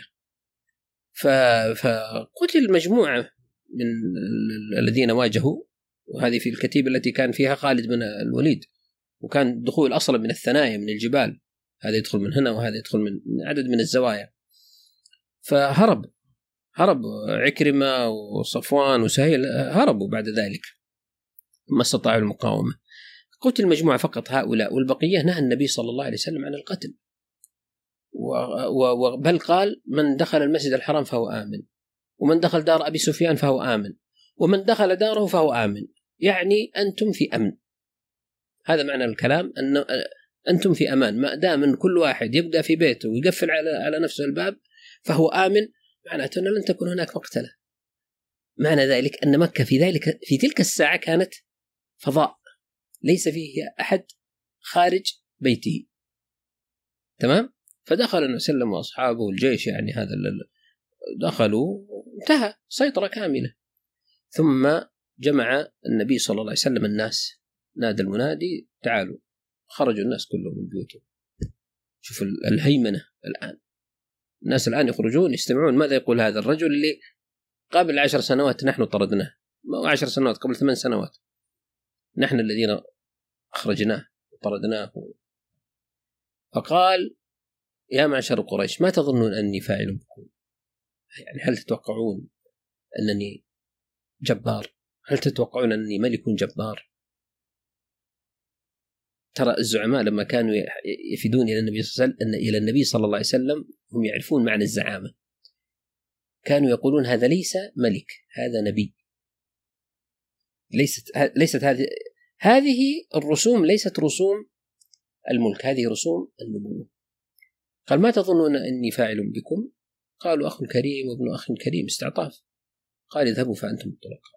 فقتل مجموعة من الذين واجهوا، وهذه في الكتيبة التي كان فيها خالد بن الوليد، وكان دخول أصلا من الثنايا من الجبال، هذا يدخل من هنا وهذا يدخل من عدد من الزوايا. فهرب هرب عكرمة وصفوان وسهيل، هربوا بعد ذلك ما استطاعوا المقاومة. قتل مجموعة فقط هؤلاء، والبقية نهى النبي صلى الله عليه وسلم عن القتل، بل قال من دخل المسجد الحرام فهو آمن، ومن دخل دار أبي سفيان فهو آمن، ومن دخل داره فهو آمن، يعني أنتم في أمن. هذا معنى الكلام، أن أنتم في أمان ما دام أن كل واحد يبدأ في بيته ويقفل على على نفسه الباب فهو آمن، معناته أن لن تكون هناك مقتلة. معنى ذلك أن مكة في ذلك في تلك الساعة كانت فضاء ليس فيه أحد خارج بيته، تمام. فدخل النبي صلى الله عليه وسلم وأصحابه والجيش، يعني هذا دخلوا، انتهى سيطرة كاملة. ثم جمع النبي صلى الله عليه وسلم الناس، نادى المنادي تعالوا، خرجوا الناس كلهم من بيوتهم. شوف الهيمنة الآن، الناس الآن يخرجون يستمعون ماذا يقول هذا الرجل اللي قبل عشر سنوات نحن طردناه، ما عشر سنوات، قبل ثمان سنوات نحن الذين أخرجناه وطردناه. فقال يا معشر قريش ما تظنون أني فاعل بكم؟ يعني هل تتوقعون أنني جبار؟ هل تتوقعون أني ملك جبار؟ ترى الزعماء لما كانوا يفيدون إلى النبي صلى الله عليه وسلم إلى النبي صلى الله عليه وسلم هم يعرفون معنى الزعامة، كانوا يقولون هذا ليس ملك، هذا نبي. ليست ليست هذه هذه الرسوم ليست رسوم الملك، هذه رسوم النبوة. قال ما تظنون أني فاعل بكم؟ قالوا أخ كريم وابن أخ كريم، استعطاف. قال اذهبوا فأنتم الطلقاء.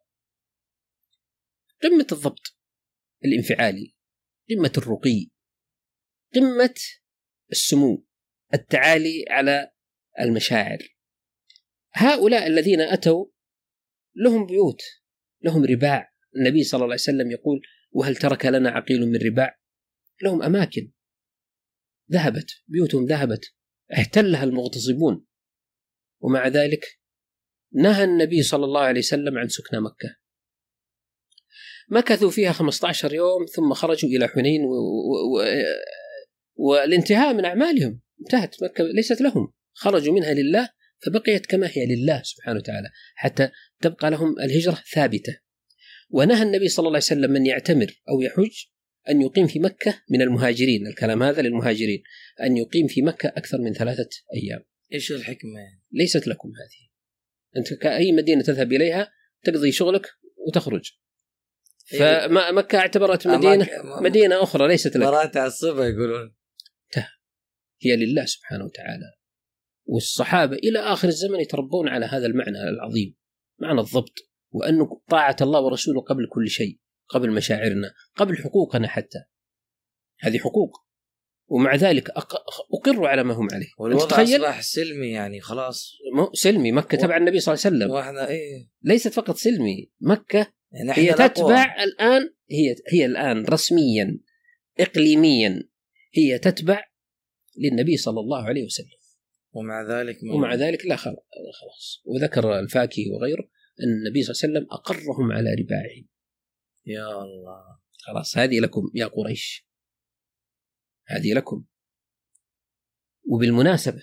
قمة الضبط الانفعالي، قمة الرقي، قمة السمو، التعالي على المشاعر. هؤلاء الذين أتوا لهم بيوت، لهم رباع. النبي صلى الله عليه وسلم يقول وهل ترك لنا عقيل من رباع؟ لهم أماكن ذهبت، بيوتهم ذهبت، احتلها المغتصبون، ومع ذلك نهى النبي صلى الله عليه وسلم عن سكن مكة. مكثوا فيها خمسة عشر يوم ثم خرجوا إلى حنين و... و... و... والانتهاء من أعمالهم، انتهت مكة ليست لهم، خرجوا منها لله فبقيت كما هي لله سبحانه وتعالى حتى تبقى لهم الهجرة ثابتة. ونهى النبي صلى الله عليه وسلم من يعتمر أو يحج أن يقيم في مكة من المهاجرين، الكلام هذا للمهاجرين، أن يقيم في مكة أكثر من ثلاثة أيام. إيش الحكمة؟ ليست لكم هذه، أنت كأي مدينة تذهب إليها تقضي شغلك وتخرج. فمكة اعتبرت مدينة مدينة أخرى ليست لك. مرات الصبح يقولون هي لله سبحانه وتعالى. والصحابة إلى آخر الزمن يتربون على هذا المعنى العظيم، معنى الضبط، وأنه طاعة الله ورسوله قبل كل شيء، قبل مشاعرنا، قبل حقوقنا حتى. هذه حقوق، ومع ذلك أقروا على ما هم عليه. والوضع أصبح سلمي، يعني خلاص سلمي. مكة تبع النبي صلى الله عليه وسلم، وإحنا إيه؟ ليست فقط سلمي، مكة يعني هي تتبع الآن، هي هي الآن رسميا إقليميا هي تتبع للنبي صلى الله عليه وسلم، ومع ذلك ومع ذلك لا خلاص. وذكر الفاكي وغيره أن النبي صلى الله عليه وسلم أقرهم على رباعهم. يا الله، خلاص هذه لكم يا قريش. هذه لكم. وبالمناسبة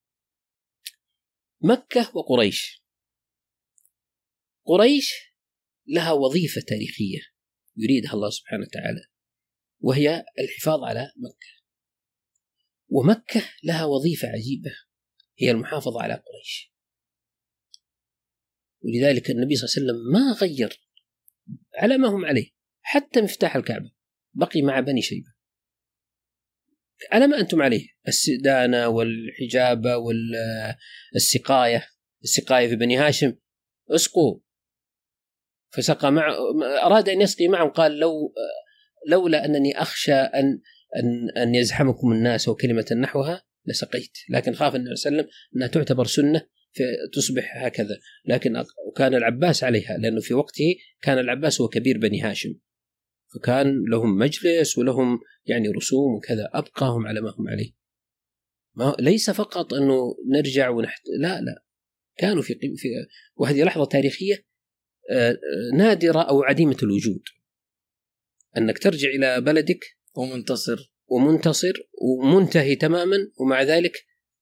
مكة وقريش، قريش لها وظيفة تاريخية يريدها الله سبحانه وتعالى، وهي الحفاظ على مكة. ومكة لها وظيفة عجيبة، هي المحافظة على قريش. ولذلك النبي صلى الله عليه وسلم ما غير على ما هم عليه، حتى مفتاح الكعبة بقي مع بني شيبة على ما أنتم عليه، السدانة والحجابة والسقاية. السقاية في بني هاشم اسقوا، فسقى مع أراد أن يسقي معهم، قال لو لولا أنني أخشى أن أن أن يزحمكم الناس وكلمة نحوها لسقيت، لكن خاف النبي صلى الله عليه وسلم أنها تعتبر سنة فتصبح هكذا. لكن وكان العباس عليها، لأنه في وقته كان العباس هو كبير بني هاشم، فكان لهم مجلس ولهم يعني رسوم وكذا، أبقاهم على ما هم عليه. ما ليس فقط أنه نرجع ونحت، لا لا، كانوا في في وهذه لحظة تاريخية نادرة أو عديمة الوجود، أنك ترجع إلى بلدك ومنتصر ومنتصر ومنتهي تماما، ومع ذلك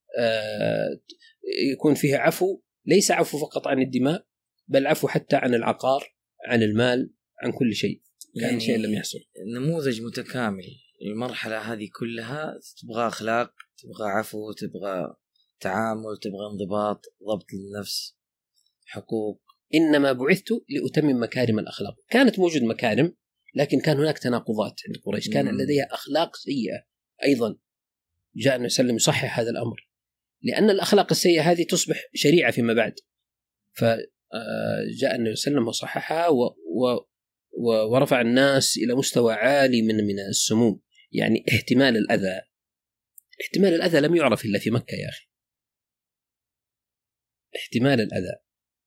يكون فيها عفو، ليس عفو فقط عن الدماء، بل عفو حتى عن العقار، عن المال، عن كل شيء. يعني كان شيء لم يحصل. نموذج متكامل. المرحلة هذه كلها تبغى أخلاق، تبغى عفو، تبغى تعامل، تبغى انضباط، ضبط للنفس، حقوق. إنما بعثت لأتمم مكارم الأخلاق. كانت موجود مكارم، لكن كان هناك تناقضات عند قريش، كان مم. لديها أخلاق سيئة أيضا. جاء النبي صلى الله عليه وسلم يصحح هذا الأمر، لأن الأخلاق السيئة هذه تصبح شريعة فيما بعد. فجاء النبي صلى الله عليه وسلم وصححها و... و... ورفع الناس إلى مستوى عالي من من السموم. يعني احتمال الأذى، احتمال الأذى لم يعرف إلا في مكة يا أخي. احتمال الأذى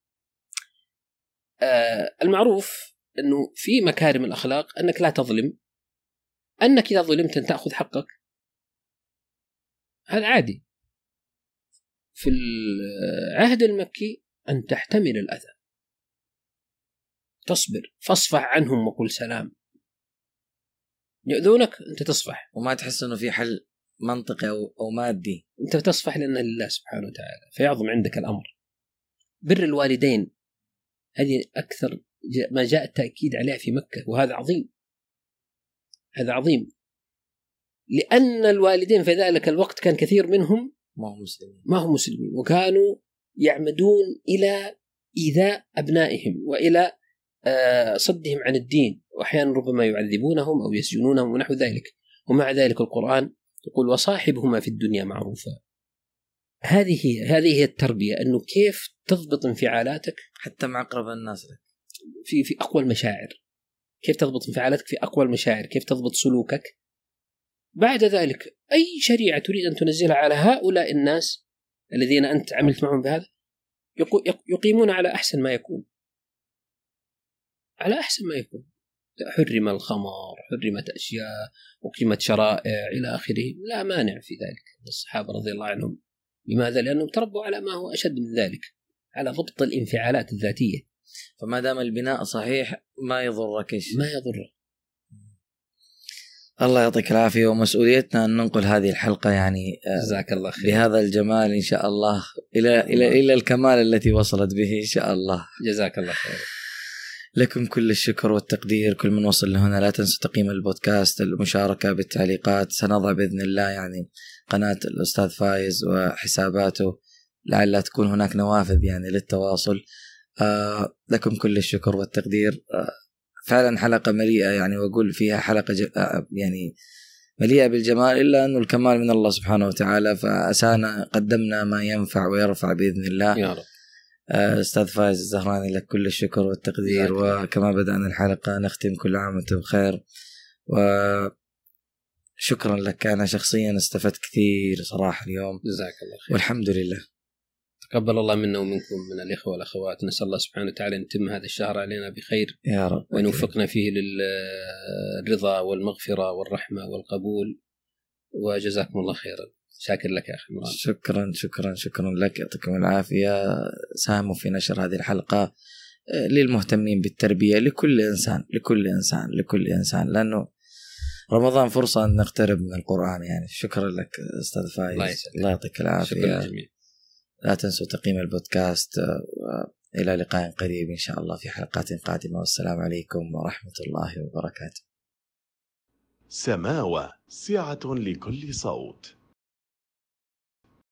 آه المعروف أنه في مكارم الأخلاق أنك لا تظلم، أنك إذا ظلمت أن تأخذ حقك، هذا عادي. في العهد المكي أن تحتمل الأذى، تصبر، فاصفح عنهم وقل سلام. يؤذونك أنت تصفح، وما تحس أنه في حل منطقي أو, أو مادي، أنت تصفح لأن لله سبحانه وتعالى، فيعظم عندك الأمر. بر الوالدين هذه أكثر ما جاء التأكيد عليها في مكة، وهذا عظيم، هذا عظيم، لأن الوالدين في ذلك الوقت كان كثير منهم ما هم مسلمين، ما هم مسلمين، وكانوا يعمدون إلى إيذاء أبنائهم وإلى صدهم عن الدين، وأحيانا ربما يعذبونهم أو يسجنونهم ونحو ذلك. ومع ذلك القرآن يقول وصاحبهما في الدنيا معروفا. هذه هي هذه هي التربية، أنه كيف تضبط انفعالاتك حتى مع أقرب الناس لك في في أقوى المشاعر، كيف تضبط انفعالاتك في أقوى المشاعر، كيف تضبط سلوكك. بعد ذلك أي شريعة تريد أن تنزلها على هؤلاء الناس الذين أنت عملت معهم بهذا، يقيمون على أحسن ما يكون، على أحسن ما يكون. حرم الخمر، حرمت أشياء، أقيمت شرائع إلى آخره، لا مانع في ذلك. الصحابة رضي الله عنهم، لماذا؟ لأنهم تربوا على ما هو أشد من ذلك، على ضبط الانفعالات الذاتية. فما دام البناء صحيح ما يضرك إيش؟ ما يضر. الله يعطيك العافية. ومسؤوليتنا أن ننقل هذه الحلقة يعني جزاك الله خير بهذا الجمال إن شاء الله إلى إلى إلى الكمال التي وصلت به إن شاء الله. جزاك الله خير. لكم كل الشكر والتقدير، كل من وصل لهنا. لا تنسوا تقييم البودكاست، المشاركة بالتعليقات. سنضع بإذن الله يعني قناة الأستاذ فايز وحساباته، لعل تكون هناك نوافذ يعني للتواصل. آه لكم كل الشكر والتقدير. آه فعلا حلقة مليئة يعني، وأقول فيها حلقة ج... آه يعني مليئة بالجمال، إلا أنه الكمال من الله سبحانه وتعالى، فأسانا قدمنا ما ينفع ويرفع بإذن الله يا رب. أستاذ فايز الزهراني لك كل الشكر والتقدير. وكما بدأنا الحلقة نختم كل عام وأنتم بخير، وشكرا لك. أنا شخصيا استفدت كثير صراحة اليوم. جزاك الله خير. والحمد لله. تقبل الله منا ومنكم من الإخوة والأخوات. نسأل الله سبحانه وتعالى أن يتم هذا الشهر علينا بخير يا رب، وأن يوفقنا فيه للرضا والمغفرة والرحمة والقبول. وجزاكم الله خيرا. شاكر لك يا أخي مراد. شكرا شكرا شكرا لك، يعطيكم العافية. ساهموا في نشر هذه الحلقة للمهتمين بالتربية، لكل إنسان لكل إنسان لكل إنسان، لأنه رمضان فرصة أن نقترب من القرآن يعني. شكرا لك أستاذ فايز، الله يعطيك العافية. لا تنسوا تقييم البودكاست. إلى لقاء قريب إن شاء الله في حلقات قادمة، والسلام عليكم ورحمة الله وبركاته. سماوة، سعة لكل صوت.